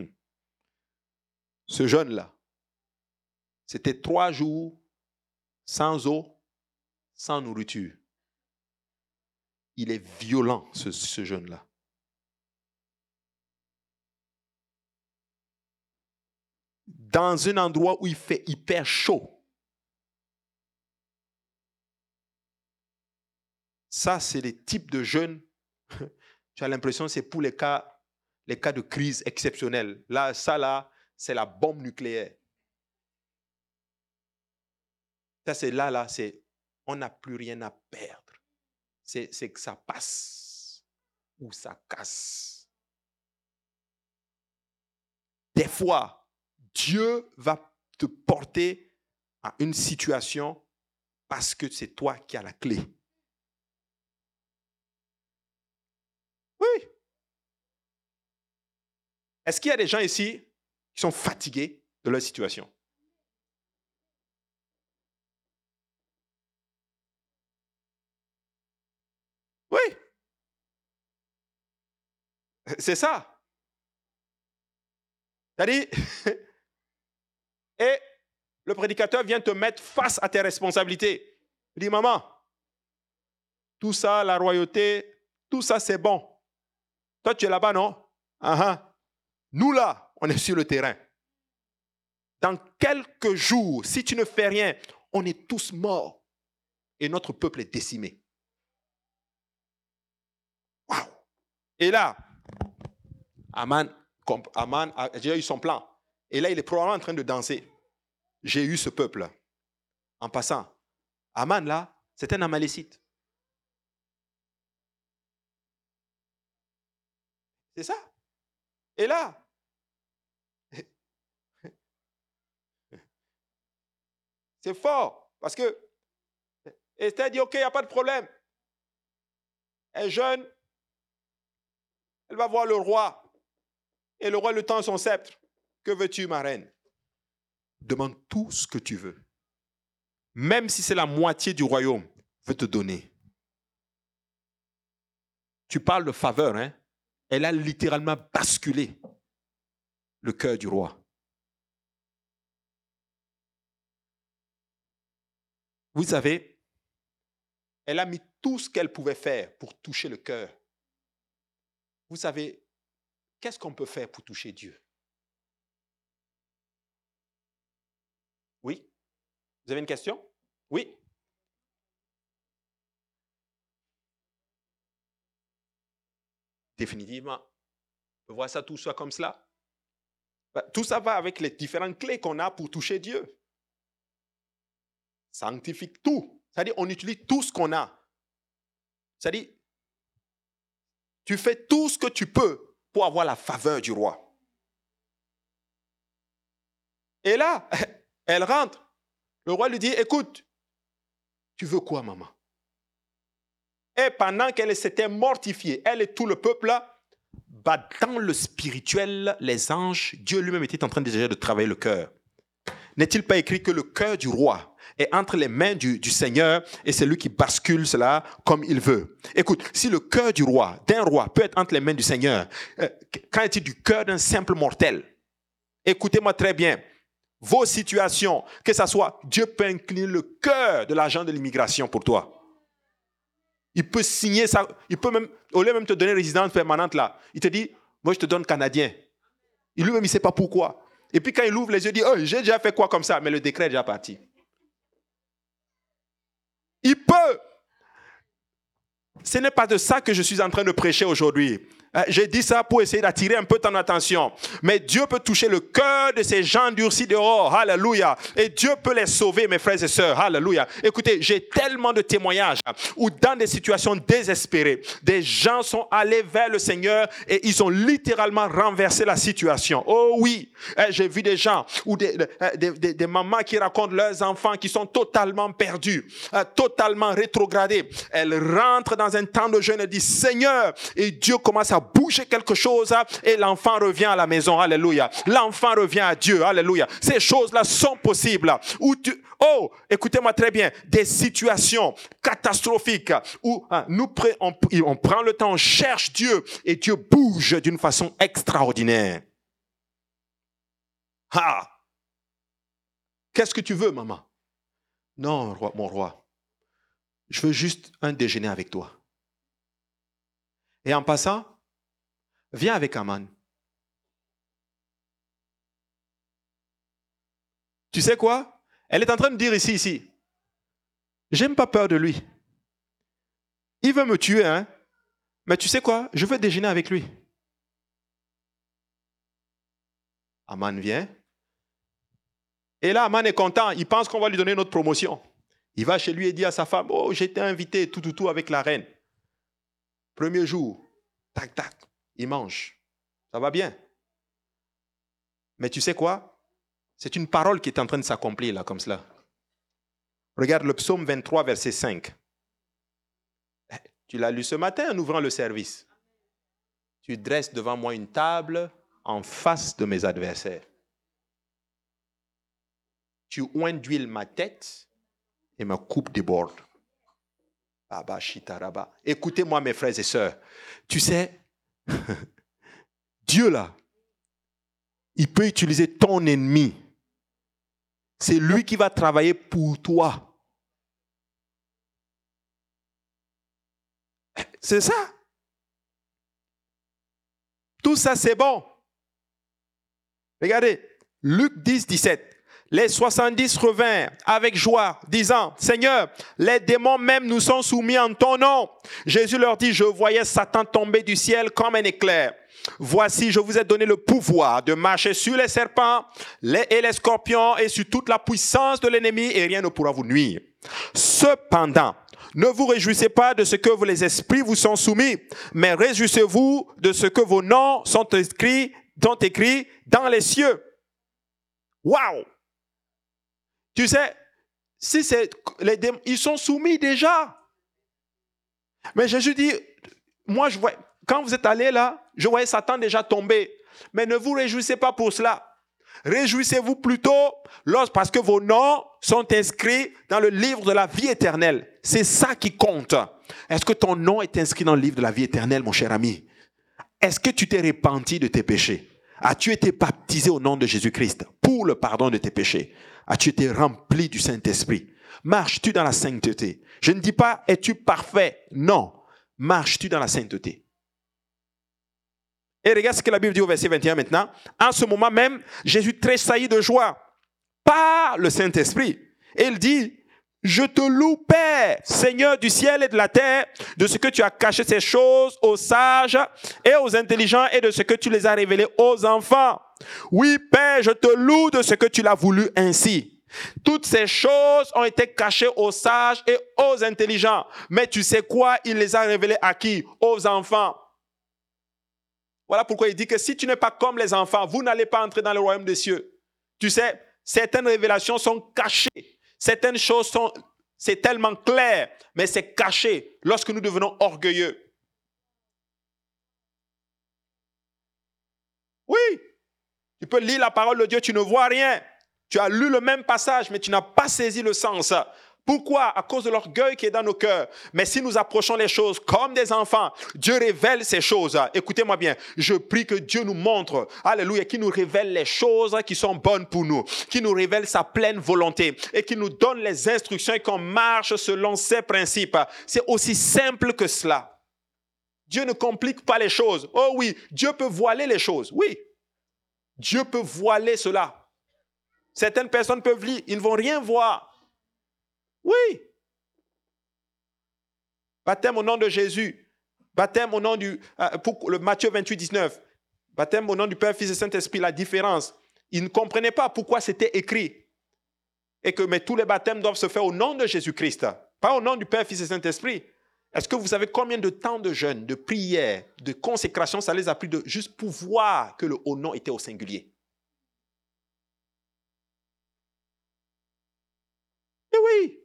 Ce jeûne-là, c'était 3 jours sans eau, sans nourriture. Il est violent, ce jeûne-là. Dans un endroit où il fait hyper chaud. Ça, c'est les types de jeûnes. Tu as l'impression que c'est pour les cas de crise exceptionnelle. Là, c'est la bombe nucléaire. Ça, on n'a plus rien à perdre. C'est que ça passe ou ça casse. Des fois, Dieu va te porter à une situation parce que c'est toi qui as la clé. Oui. Est-ce qu'il y a des gens ici qui sont fatigués de leur situation? Oui. C'est ça. C'est-à-dire, et le prédicateur vient te mettre face à tes responsabilités. Il dit, maman, tout ça, la royauté, tout ça, c'est bon. Toi, tu es là-bas, non? Uh-huh. Nous, là, on est sur le terrain. Dans quelques jours, si tu ne fais rien, on est tous morts. Et notre peuple est décimé. Waouh! Et là, Aman a déjà eu son plan. Et là, il est probablement en train de danser. J'ai eu ce peuple. En passant, Aman, là, c'est un Amalécite. C'est ça. Et là, c'est fort. Parce que Esther dit, OK, il n'y a pas de problème. Elle est jeune. Elle va voir le roi. Et le roi lui tend son sceptre. Que veux-tu, ma reine? Demande tout ce que tu veux. Même si c'est la moitié du royaume, je vais te donner. Tu parles de faveur, hein? Elle a littéralement basculé le cœur du roi. Vous savez, elle a mis tout ce qu'elle pouvait faire pour toucher le cœur. Vous savez, qu'est-ce qu'on peut faire pour toucher Dieu? Oui? Vous avez une question? Oui? Définitivement. On voit ça tout ça comme cela. Tout ça va avec les différentes clés qu'on a pour toucher Dieu. Sanctifie tout. C'est-à-dire, on utilise tout ce qu'on a. C'est-à-dire, tu fais tout ce que tu peux pour avoir la faveur du roi. Et là, elle rentre. Le roi lui dit, écoute, Tu veux quoi, maman? Et pendant qu'elle s'était mortifiée, elle et tout le peuple, dans le spirituel, les anges, Dieu lui-même était en train déjà de travailler le cœur. N'est-il pas écrit que le cœur du roi est entre les mains du Seigneur et c'est lui qui bascule cela comme il veut? Écoute, si le cœur du roi, d'un roi, peut être entre les mains du Seigneur, qu'en est-il du cœur d'un simple mortel? Écoutez-moi très bien. Vos situations, que ce soit, Dieu peut incliner le cœur de l'agent de l'immigration pour toi. Il peut signer ça, il peut même, au lieu même te donner résidence permanente là, il te dit, moi je te donne Canadien. Il lui-même, il ne sait pas pourquoi. Et puis quand il ouvre les yeux, il dit, oh, j'ai déjà fait quoi comme ça? Mais le décret est déjà parti. Il peut. Ce n'est pas de ça que je suis en train de prêcher aujourd'hui. J'ai dit ça pour essayer d'attirer un peu ton attention. Mais Dieu peut toucher le cœur de ces gens endurcis dehors. Alléluia. Et Dieu peut les sauver, mes frères et sœurs. Alléluia. Écoutez, j'ai tellement de témoignages où dans des situations désespérées, des gens sont allés vers le Seigneur et ils ont littéralement renversé la situation. Oh oui, j'ai vu des gens ou des mamans qui racontent leurs enfants qui sont totalement perdus, totalement rétrogradés. Elles rentrent dans un temps de jeûne et disent Seigneur, et Dieu commence à bouger quelque chose et l'enfant revient à la maison. Alléluia. L'enfant revient à Dieu. Alléluia. Ces choses-là sont possibles. Oh, écoutez-moi très bien. Des situations catastrophiques où on prend le temps, on cherche Dieu et Dieu bouge d'une façon extraordinaire. Ah! Qu'est-ce que tu veux, maman? Non, mon roi. Je veux juste un déjeuner avec toi. Et en passant, viens avec Aman. Tu sais quoi? Elle est en train de dire ici. J'ai même pas peur de lui. Il veut me tuer, hein? Mais tu sais quoi? Je veux déjeuner avec lui. Aman vient. Et là, Aman est content. Il pense qu'on va lui donner notre promotion. Il va chez lui et dit à sa femme, oh, j'ai été invité tout avec la reine. Premier jour, tac, tac, il mange. Ça va bien. Mais tu sais quoi? C'est une parole qui est en train de s'accomplir là, comme cela. Regarde le psaume 23, verset 5. Tu l'as lu ce matin en ouvrant le service. Tu dresses devant moi une table en face de mes adversaires. Tu oins d'huile ma tête et ma coupe déborde. Écoutez-moi mes frères et sœurs. Tu sais, Dieu là, il peut utiliser ton ennemi. C'est lui qui va travailler pour toi. C'est ça. Tout ça, c'est bon. Regardez, Luc 10, 17. Les 70 revinrent avec joie, disant, Seigneur, les démons même nous sont soumis en ton nom. Jésus leur dit, je voyais Satan tomber du ciel comme un éclair. Voici, je vous ai donné le pouvoir de marcher sur les serpents et les scorpions et sur toute la puissance de l'ennemi et rien ne pourra vous nuire. Cependant, ne vous réjouissez pas de ce que les esprits vous sont soumis, mais réjouissez-vous de ce que vos noms sont écrits dans les cieux. Waouh! Tu sais, si c'est les démons, ils sont soumis déjà. Mais Jésus dit, moi je vois, quand vous êtes allés là, je voyais Satan déjà tomber. Mais ne vous réjouissez pas pour cela. Réjouissez-vous plutôt parce que vos noms sont inscrits dans le livre de la vie éternelle. C'est ça qui compte. Est-ce que ton nom est inscrit dans le livre de la vie éternelle, mon cher ami? Est-ce que tu t'es repenti de tes péchés? As-tu été baptisé au nom de Jésus-Christ pour le pardon de tes péchés? As-tu été rempli du Saint-Esprit? Marches-tu dans la sainteté? Je ne dis pas, es-tu parfait? Non. Marches-tu dans la sainteté? Et regarde ce que la Bible dit au verset 21 maintenant. En ce moment même, Jésus tressaillit de joie par le Saint-Esprit. Et il dit, je te loue, Père, Seigneur du ciel et de la terre, de ce que tu as caché ces choses aux sages et aux intelligents et de ce que tu les as révélées aux enfants. Oui, Père, je te loue de ce que tu l'as voulu ainsi. Toutes ces choses ont été cachées aux sages et aux intelligents. Mais tu sais quoi? Il les a révélées à qui? Aux enfants. Voilà pourquoi il dit que si tu n'es pas comme les enfants, vous n'allez pas entrer dans le royaume des cieux. Tu sais, certaines révélations sont cachées. Certaines choses sont C'est tellement clair, mais c'est caché lorsque nous devenons orgueilleux. Oui, tu peux lire la parole de Dieu, tu ne vois rien. Tu as lu le même passage, mais tu n'as pas saisi le sens. Pourquoi? À cause de l'orgueil qui est dans nos cœurs. Mais si nous approchons les choses comme des enfants, Dieu révèle ces choses. Écoutez-moi bien, je prie que Dieu nous montre, alléluia, qu'il nous révèle les choses qui sont bonnes pour nous, qu'il nous révèle sa pleine volonté et qu'il nous donne les instructions et qu'on marche selon ses principes. C'est aussi simple que cela. Dieu ne complique pas les choses. Oh oui, Dieu peut voiler les choses. Oui, Dieu peut voiler cela. Certaines personnes peuvent lire, ils ne vont rien voir. Oui. Baptême au nom de Jésus. Baptême au nom du... pour le Matthieu 28, 19. Baptême au nom du Père, Fils et Saint-Esprit, la différence. Ils ne comprenaient pas pourquoi c'était écrit. Mais tous les baptêmes doivent se faire au nom de Jésus-Christ. Pas au nom du Père, Fils et Saint-Esprit. Est-ce que vous savez combien de temps de jeûne, de prière, de consécration, ça les a pris de juste pour voir que le haut nom était au singulier? Et oui.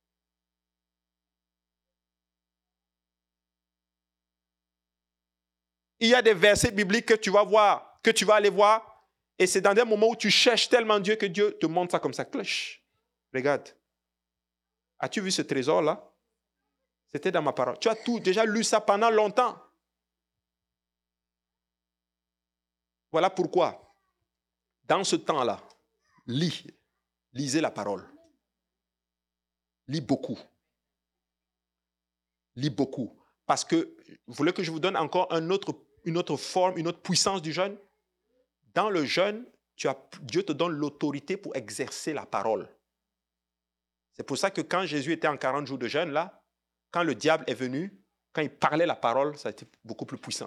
Il y a des versets bibliques que tu vas voir, que tu vas aller voir, et c'est dans des moments où tu cherches tellement Dieu que Dieu te montre ça comme ça. Cloche. Regarde. As-tu vu ce trésor-là? C'était dans ma parole. Tu as tout déjà lu ça pendant longtemps. Voilà pourquoi, dans ce temps-là, lisez la parole. Lis beaucoup. Lis beaucoup. Parce que, vous voulez que je vous donne encore une autre forme, une autre puissance du jeûne? Dans le jeûne, Dieu te donne l'autorité pour exercer la parole. C'est pour ça que quand Jésus était en 40 jours de jeûne, là, quand le diable est venu, quand il parlait la parole, ça a été beaucoup plus puissant.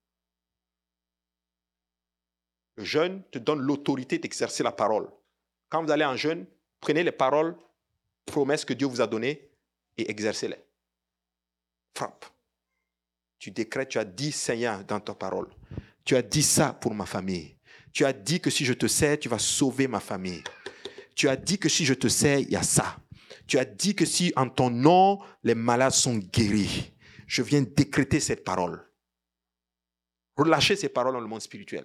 Le jeûne te donne l'autorité d'exercer la parole. Quand vous allez en jeûne, prenez les paroles, promesses que Dieu vous a données et exercez-les. Frappe. Tu décrètes, tu as dit, Seigneur, dans ta parole, tu as dit ça pour ma famille. Tu as dit que si je te sers, tu vas sauver ma famille. Tu as dit que si je te sers, il y a ça. Tu as dit que si en ton nom, les malades sont guéris. Je viens décréter cette parole. Relâchez ces paroles dans le monde spirituel.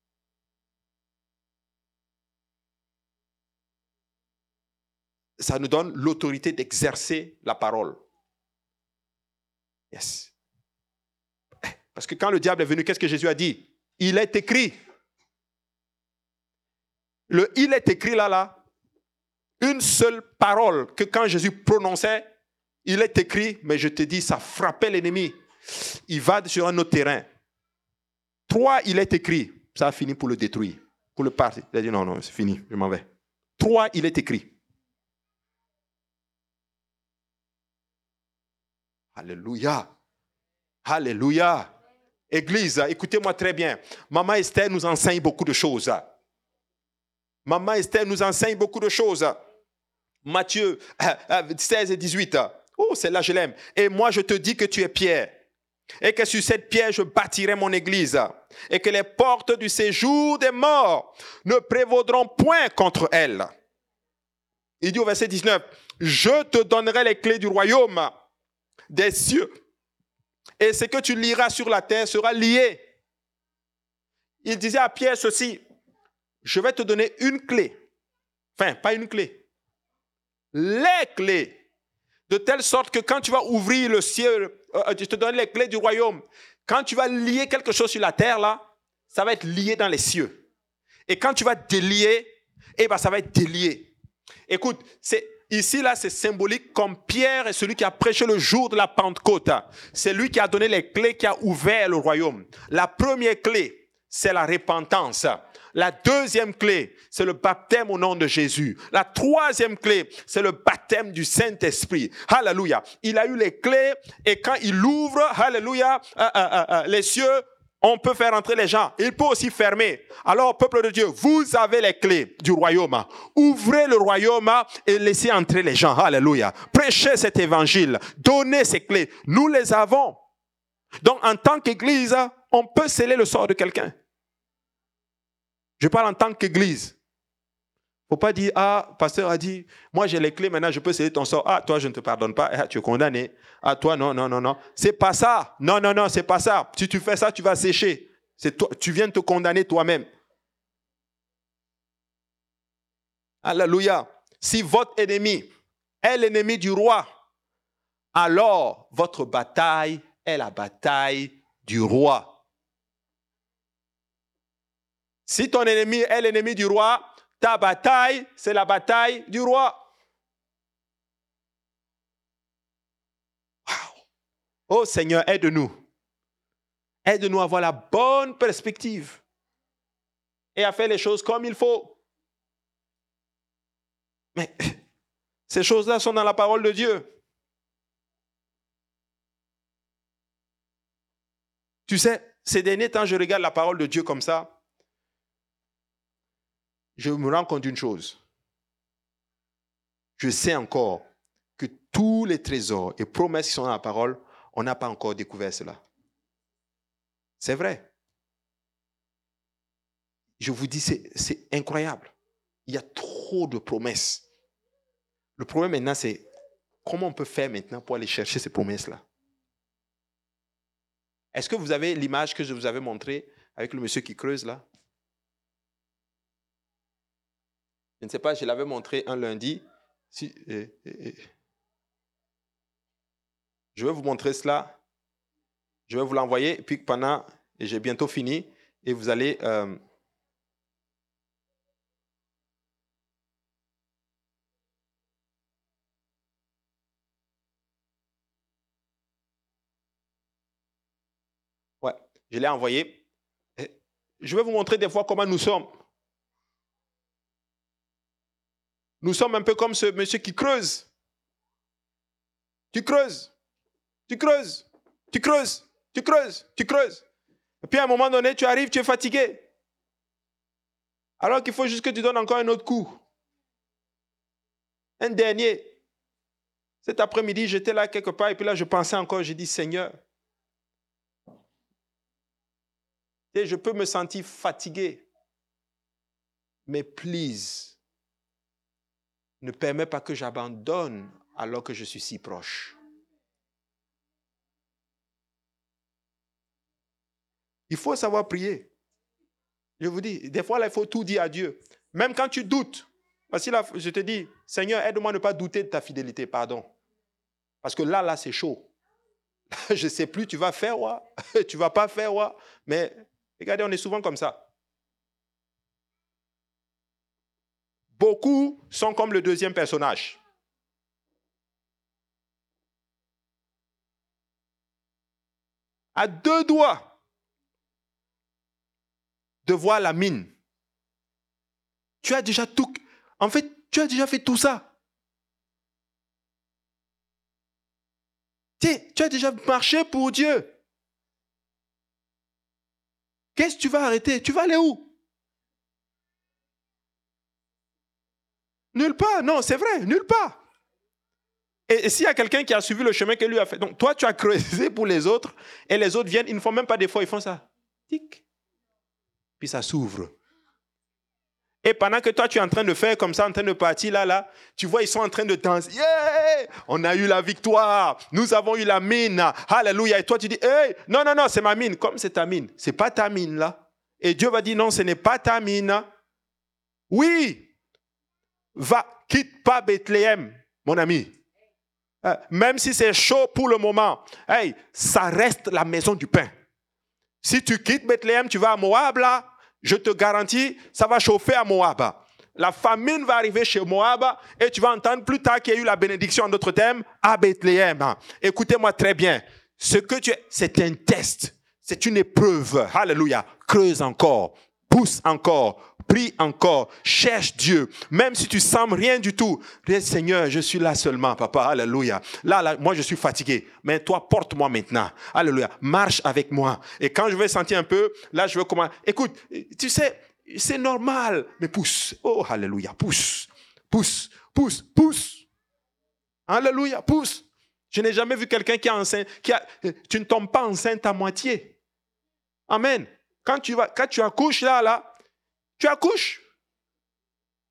Ça nous donne l'autorité d'exercer la parole. Yes. Parce que quand le diable est venu, qu'est-ce que Jésus a dit? Il est écrit. Le « il est écrit » là, une seule parole que quand Jésus prononçait, il est écrit, mais je te dis, ça frappait l'ennemi. Il va sur un autre terrain. 3, il est écrit. Ça a fini pour le détruire, pour le partir. Il a dit non, c'est fini, je m'en vais. 3, il est écrit. Alléluia. Alléluia. Église, écoutez-moi très bien. Maman Esther nous enseigne beaucoup de choses. Maman Esther nous enseigne beaucoup de choses. Matthieu 16 et 18. Oh, celle-là, je l'aime. Et moi, je te dis que tu es Pierre. Et que sur cette pierre, je bâtirai mon église. Et que les portes du séjour des morts ne prévaudront point contre elle. Il dit au verset 19, je te donnerai les clés du royaume des cieux. Et ce que tu liras sur la terre sera lié. Il disait à Pierre ceci, je vais te donner une clé. Enfin, pas une clé. Les clés. De telle sorte que quand tu vas ouvrir le ciel, je te donne les clés du royaume. Quand tu vas lier quelque chose sur la terre, là, ça va être lié dans les cieux. Et quand tu vas délier, ça va être délié. Écoute, ici, là, c'est symbolique comme Pierre est celui qui a prêché le jour de la Pentecôte. C'est lui qui a donné les clés, qui a ouvert le royaume. La première clé, c'est la repentance. La deuxième clé, c'est le baptême au nom de Jésus. La troisième clé, c'est le baptême du Saint-Esprit. Alléluia. Il a eu les clés et quand il ouvre, alléluia, les cieux, on peut faire entrer les gens. Il peut aussi fermer. Alors, peuple de Dieu, vous avez les clés du royaume. Ouvrez le royaume et laissez entrer les gens. Alléluia. Prêchez cet évangile. Donnez ces clés. Nous les avons. Donc, en tant qu'église, on peut sceller le sort de quelqu'un. Je parle en tant qu'église. Faut pas dire, ah, pasteur a dit, moi j'ai les clés, maintenant je peux sceller ton sort. Ah, toi je ne te pardonne pas, ah, tu es condamné. Ah, toi, non, non, non, non. C'est pas ça. Non, non, non, c'est pas ça. Si tu fais ça, tu vas sécher. C'est toi, tu viens de te condamner toi-même. Alléluia. Si votre ennemi est l'ennemi du roi, alors votre bataille est la bataille du roi. Si ton ennemi est l'ennemi du roi, ta bataille, c'est la bataille du roi. Wow. Oh Seigneur, aide-nous. Aide-nous à avoir la bonne perspective et à faire les choses comme il faut. Mais ces choses-là sont dans la parole de Dieu. Tu sais, ces derniers temps, je regarde la parole de Dieu comme ça. Je me rends compte d'une chose. Je sais encore que tous les trésors et promesses qui sont dans la parole, on n'a pas encore découvert cela. C'est vrai. Je vous dis, c'est incroyable. Il y a trop de promesses. Le problème maintenant, c'est comment on peut faire maintenant pour aller chercher ces promesses-là. Est-ce que vous avez l'image que je vous avais montrée avec le monsieur qui creuse là? Je ne sais pas, je l'avais montré un lundi. Je vais vous montrer cela. Je vais vous l'envoyer. Et puis et j'ai bientôt fini. Et vous allez... Ouais, je l'ai envoyé. Je vais vous montrer des fois comment nous sommes. Nous sommes un peu comme ce monsieur qui creuse. Tu creuses, tu creuses, tu creuses, tu creuses, tu creuses. Et puis à un moment donné, tu arrives, tu es fatigué. Alors qu'il faut juste que tu donnes encore un autre coup. Un dernier. Cet après-midi, j'étais là quelque part et puis là, je pensais encore, j'ai dit, Seigneur, et je peux me sentir fatigué. Mais please, ne permets pas que j'abandonne alors que je suis si proche. Il faut savoir prier. Je vous dis, des fois, là, il faut tout dire à Dieu. Même quand tu doutes. Parce que là, je te dis, Seigneur, aide-moi à ne pas douter de ta fidélité, pardon. Parce que là, c'est chaud. Je ne sais plus, tu vas faire, ouais. Tu ne vas pas faire, ouais. Mais regardez, on est souvent comme ça. Beaucoup sont comme le deuxième personnage. À 2 doigts de voir la mine. Tu as déjà tout... En fait, tu as déjà fait tout ça. Tu as déjà marché pour Dieu. Qu'est-ce que tu vas arrêter? Tu vas aller où? Nulle part. Non, c'est vrai, nulle part. Et s'il y a quelqu'un qui a suivi le chemin que lui a fait, donc toi, tu as creusé pour les autres, et les autres viennent, ils ne font même pas d'efforts, ils font ça. Tic. Puis ça s'ouvre. Et pendant que toi, tu es en train de faire comme ça, en train de partir là, tu vois, ils sont en train de danser. Yeah! On a eu la victoire. Nous avons eu la mine. Alléluia. Et toi, tu dis, hey, non, non, non, c'est ma mine. Comme c'est ta mine. Ce n'est pas ta mine là. Et Dieu va dire, non, ce n'est pas ta mine. Oui. Va, quitte pas Bethléem, mon ami. Même si c'est chaud pour le moment, hey, ça reste la maison du pain. Si tu quittes Bethléem, tu vas à Moab là. Je te garantis, ça va chauffer à Moab. La famine va arriver chez Moab et tu vas entendre plus tard qu'il y a eu la bénédiction, en d'autres termes, à Bethléem. Écoutez-moi très bien. Ce que tu es, c'est un test. C'est une épreuve. Alléluia. Creuse encore. Pousse encore. Prie encore. Cherche Dieu. Même si tu sens rien du tout. Dis, Seigneur, je suis là seulement, papa. Alléluia. Là, moi, je suis fatigué. Mais toi, porte-moi maintenant. Alléluia. Marche avec moi. Et quand je vais sentir un peu, là, je vais commencer. Écoute, tu sais, c'est normal. Mais pousse. Oh, alléluia. Pousse. Pousse. Pousse. Pousse. Alléluia. Pousse. Je n'ai jamais vu quelqu'un qui est enceinte. Tu ne tombes pas enceinte à moitié. Amen. Quand tu accouches là, tu accouches.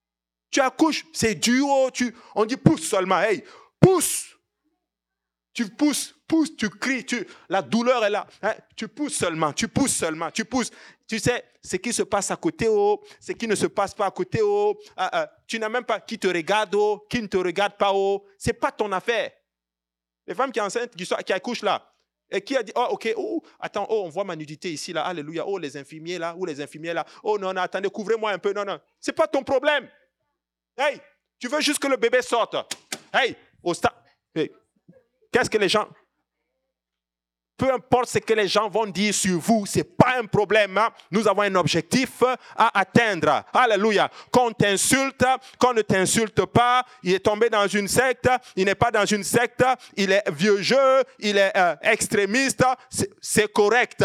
Tu accouches, c'est dur, on dit pousse seulement. Hey, pousse. Tu pousses, tu cries, la douleur est là. Hein? Tu pousses seulement. Tu pousses. Tu sais, ce qui se passe à côté, ce qui ne se passe pas à côté, tu n'as même pas qui te regarde, qui ne te regarde pas. Ce n'est pas ton affaire. Les femmes qui sont enceintes, qui accouchent là, et qui a dit, oh, ok, attends, on voit ma nudité ici, là, alléluia, les infirmiers là, non, attendez, couvrez-moi un peu, non, c'est pas ton problème. Hey, tu veux juste que le bébé sorte. Hey, hey. Qu'est-ce que les gens... Peu importe ce que les gens vont dire sur vous, ce n'est pas un problème. Hein? Nous avons un objectif à atteindre. Alléluia. Qu'on t'insulte, qu'on ne t'insulte pas. Il est tombé dans une secte. Il n'est pas dans une secte. Il est vieux jeu. Il est extrémiste. C'est correct.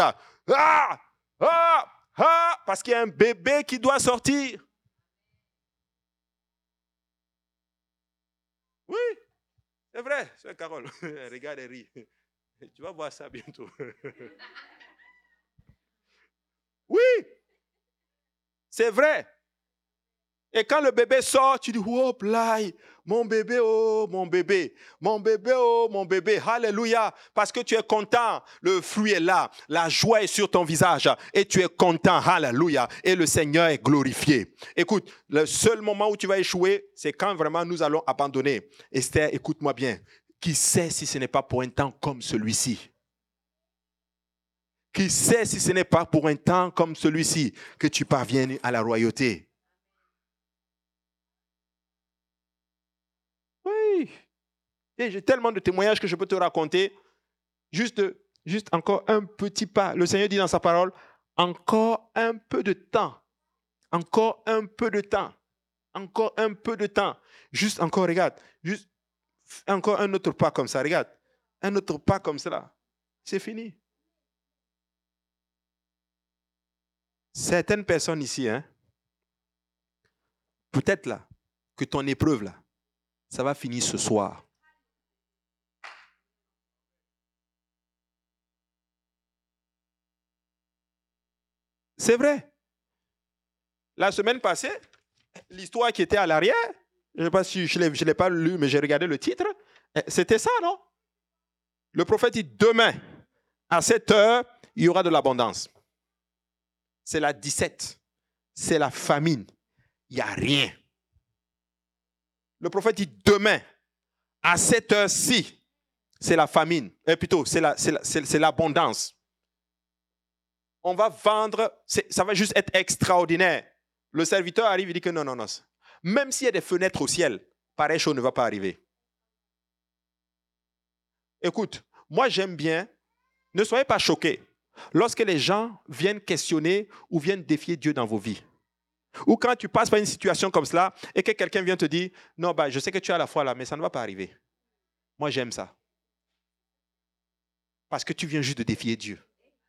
Parce qu'il y a un bébé qui doit sortir. Oui, c'est vrai. C'est Carole. Regarde et rit. Tu vas voir ça bientôt. Oui, c'est vrai. Et quand le bébé sort, tu dis, oh, Blaï, mon bébé, oh, mon bébé, mon bébé, oh, mon bébé, alléluia, parce que tu es content, le fruit est là, la joie est sur ton visage, et tu es content, alléluia, et le Seigneur est glorifié. Écoute, le seul moment où tu vas échouer, c'est quand vraiment nous allons abandonner. Esther, écoute-moi bien. Qui sait si ce n'est pas pour un temps comme celui-ci? Qui sait si ce n'est pas pour un temps comme celui-ci que tu parviennes à la royauté? Oui. Et j'ai tellement de témoignages que je peux te raconter. Juste encore un petit pas. Le Seigneur dit dans sa parole, encore un peu de temps. Encore un peu de temps. Encore un peu de temps. Juste encore, regarde. Juste encore un autre pas comme ça, regarde. Un autre pas comme cela. C'est fini. Certaines personnes ici, hein, peut-être là, que ton épreuve là, ça va finir ce soir. C'est vrai. La semaine passée, l'histoire qui était à l'arrière, je ne sais pas si je ne l'ai pas lu, mais j'ai regardé le titre. C'était ça, non? Le prophète dit, demain, à 7 heures, il y aura de l'abondance. C'est la 17. C'est la famine. Il n'y a rien. Le prophète dit, demain, à 7 heures-ci, c'est la famine. Plutôt, c'est l'abondance. On va vendre, ça va juste être extraordinaire. Le serviteur arrive et dit que non. Même s'il y a des fenêtres au ciel, pareille chose ne va pas arriver. Écoute, moi j'aime bien, ne soyez pas choqués. Lorsque les gens viennent questionner ou viennent défier Dieu dans vos vies, ou quand tu passes par une situation comme cela et que quelqu'un vient te dire, non, je sais que tu as la foi là, mais ça ne va pas arriver. Moi j'aime ça. Parce que tu viens juste de défier Dieu.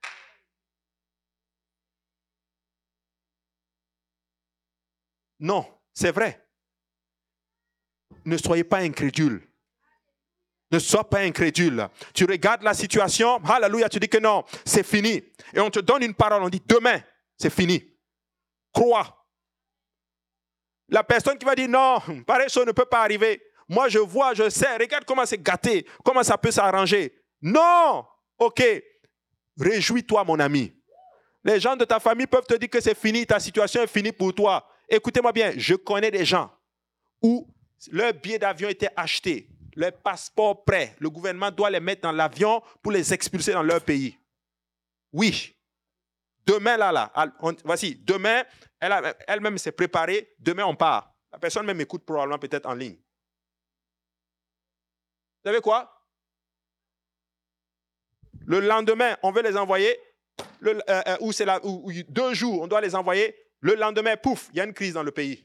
Non, c'est vrai. Ne soyez pas incrédules. Ne sois pas incrédule. Tu regardes la situation, alléluia, tu dis que non, c'est fini. Et on te donne une parole, on dit demain, c'est fini. Crois. La personne qui va dire non, pareil, ça ne peut pas arriver. Moi, je vois, je sais, regarde comment c'est gâté, comment ça peut s'arranger. Non, ok, réjouis-toi, mon ami. Les gens de ta famille peuvent te dire que c'est fini, ta situation est finie pour toi. Écoutez-moi bien, je connais des gens où leur billet d'avion était acheté, leur passeport prêt. Le gouvernement doit les mettre dans l'avion pour les expulser dans leur pays. Oui. Demain, voici, demain, elle-même s'est préparée. Demain, on part. La personne même écoute probablement peut-être en ligne. Vous savez quoi? Le lendemain, on veut les envoyer. Ou 2 jours, on doit les envoyer. Le lendemain, pouf, il y a une crise dans le pays.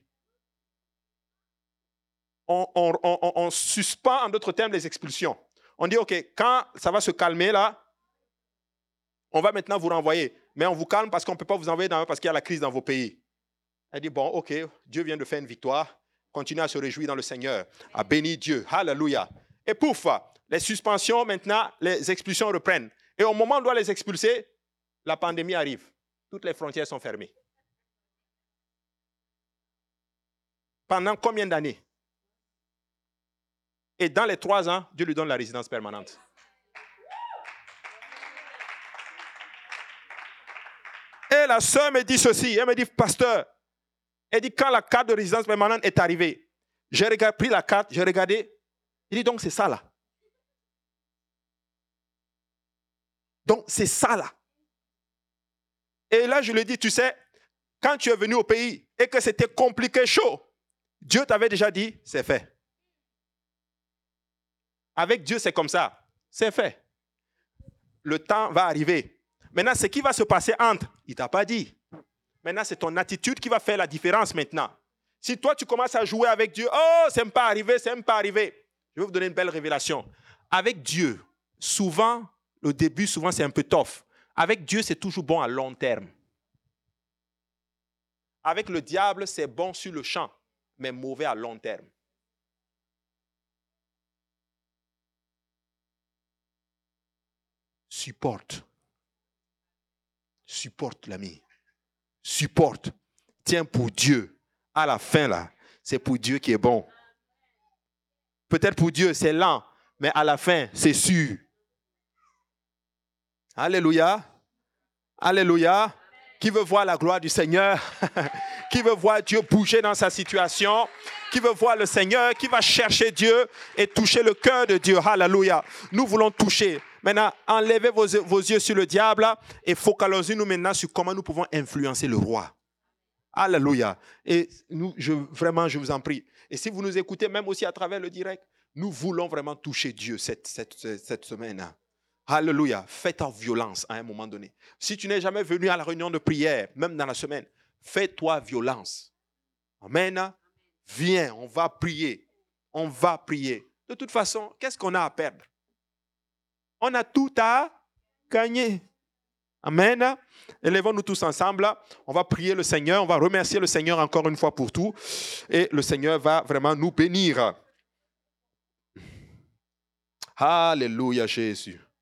On suspend, en d'autres termes, les expulsions. On dit, OK, quand ça va se calmer là, on va maintenant vous renvoyer. Mais on vous calme parce qu'on ne peut pas vous envoyer parce qu'il y a la crise dans vos pays. Elle dit, bon, OK, Dieu vient de faire une victoire. Continuez à se réjouir dans le Seigneur, à bénir Dieu. Alléluia. Et pouf, les suspensions maintenant, les expulsions reprennent. Et au moment où on doit les expulser, la pandémie arrive. Toutes les frontières sont fermées. Pendant combien d'années? Et dans les 3 ans, Dieu lui donne la résidence permanente. Et la sœur me dit ceci, elle me dit, pasteur, elle dit, quand la carte de résidence permanente est arrivée, j'ai pris la carte, j'ai regardé, il dit, donc c'est ça là. Donc c'est ça là. Et là, je lui ai dit, tu sais, quand tu es venu au pays et que c'était compliqué, chaud, Dieu t'avait déjà dit, c'est fait. Avec Dieu, c'est comme ça. C'est fait. Le temps va arriver. Maintenant, ce qui va se passer entre, il ne t'a pas dit. Maintenant, c'est ton attitude qui va faire la différence maintenant. Si toi, tu commences à jouer avec Dieu, oh, c'est pas arrivé, c'est pas arrivé. Je vais vous donner une belle révélation. Avec Dieu, souvent, le début, souvent, c'est un peu tough. Avec Dieu, c'est toujours bon à long terme. Avec le diable, c'est bon sur le champ, mais mauvais à long terme. Supporte. Supporte, l'ami. Supporte. Tiens pour Dieu. À la fin, là, c'est pour Dieu qui est bon. Peut-être pour Dieu, c'est lent, mais à la fin, c'est sûr. Alléluia. Alléluia. Qui veut voir la gloire du Seigneur? Qui veut voir Dieu bouger dans sa situation? Qui veut voir le Seigneur? Qui va chercher Dieu et toucher le cœur de Dieu? Alléluia. Nous voulons toucher. Maintenant, enlevez vos yeux sur le diable et focalisez-nous maintenant sur comment nous pouvons influencer le roi. Alléluia. Et nous, vraiment, je vous en prie. Et si vous nous écoutez même aussi à travers le direct, nous voulons vraiment toucher Dieu cette semaine. Alléluia. Fais ta violence à un moment donné. Si tu n'es jamais venu à la réunion de prière, même dans la semaine, fais-toi violence. Amen. Viens, on va prier. On va prier. De toute façon, qu'est-ce qu'on a à perdre? On a tout à gagner. Amen. Élevons-nous tous ensemble. On va prier le Seigneur. On va remercier le Seigneur encore une fois pour tout. Et le Seigneur va vraiment nous bénir. Alléluia, Jésus.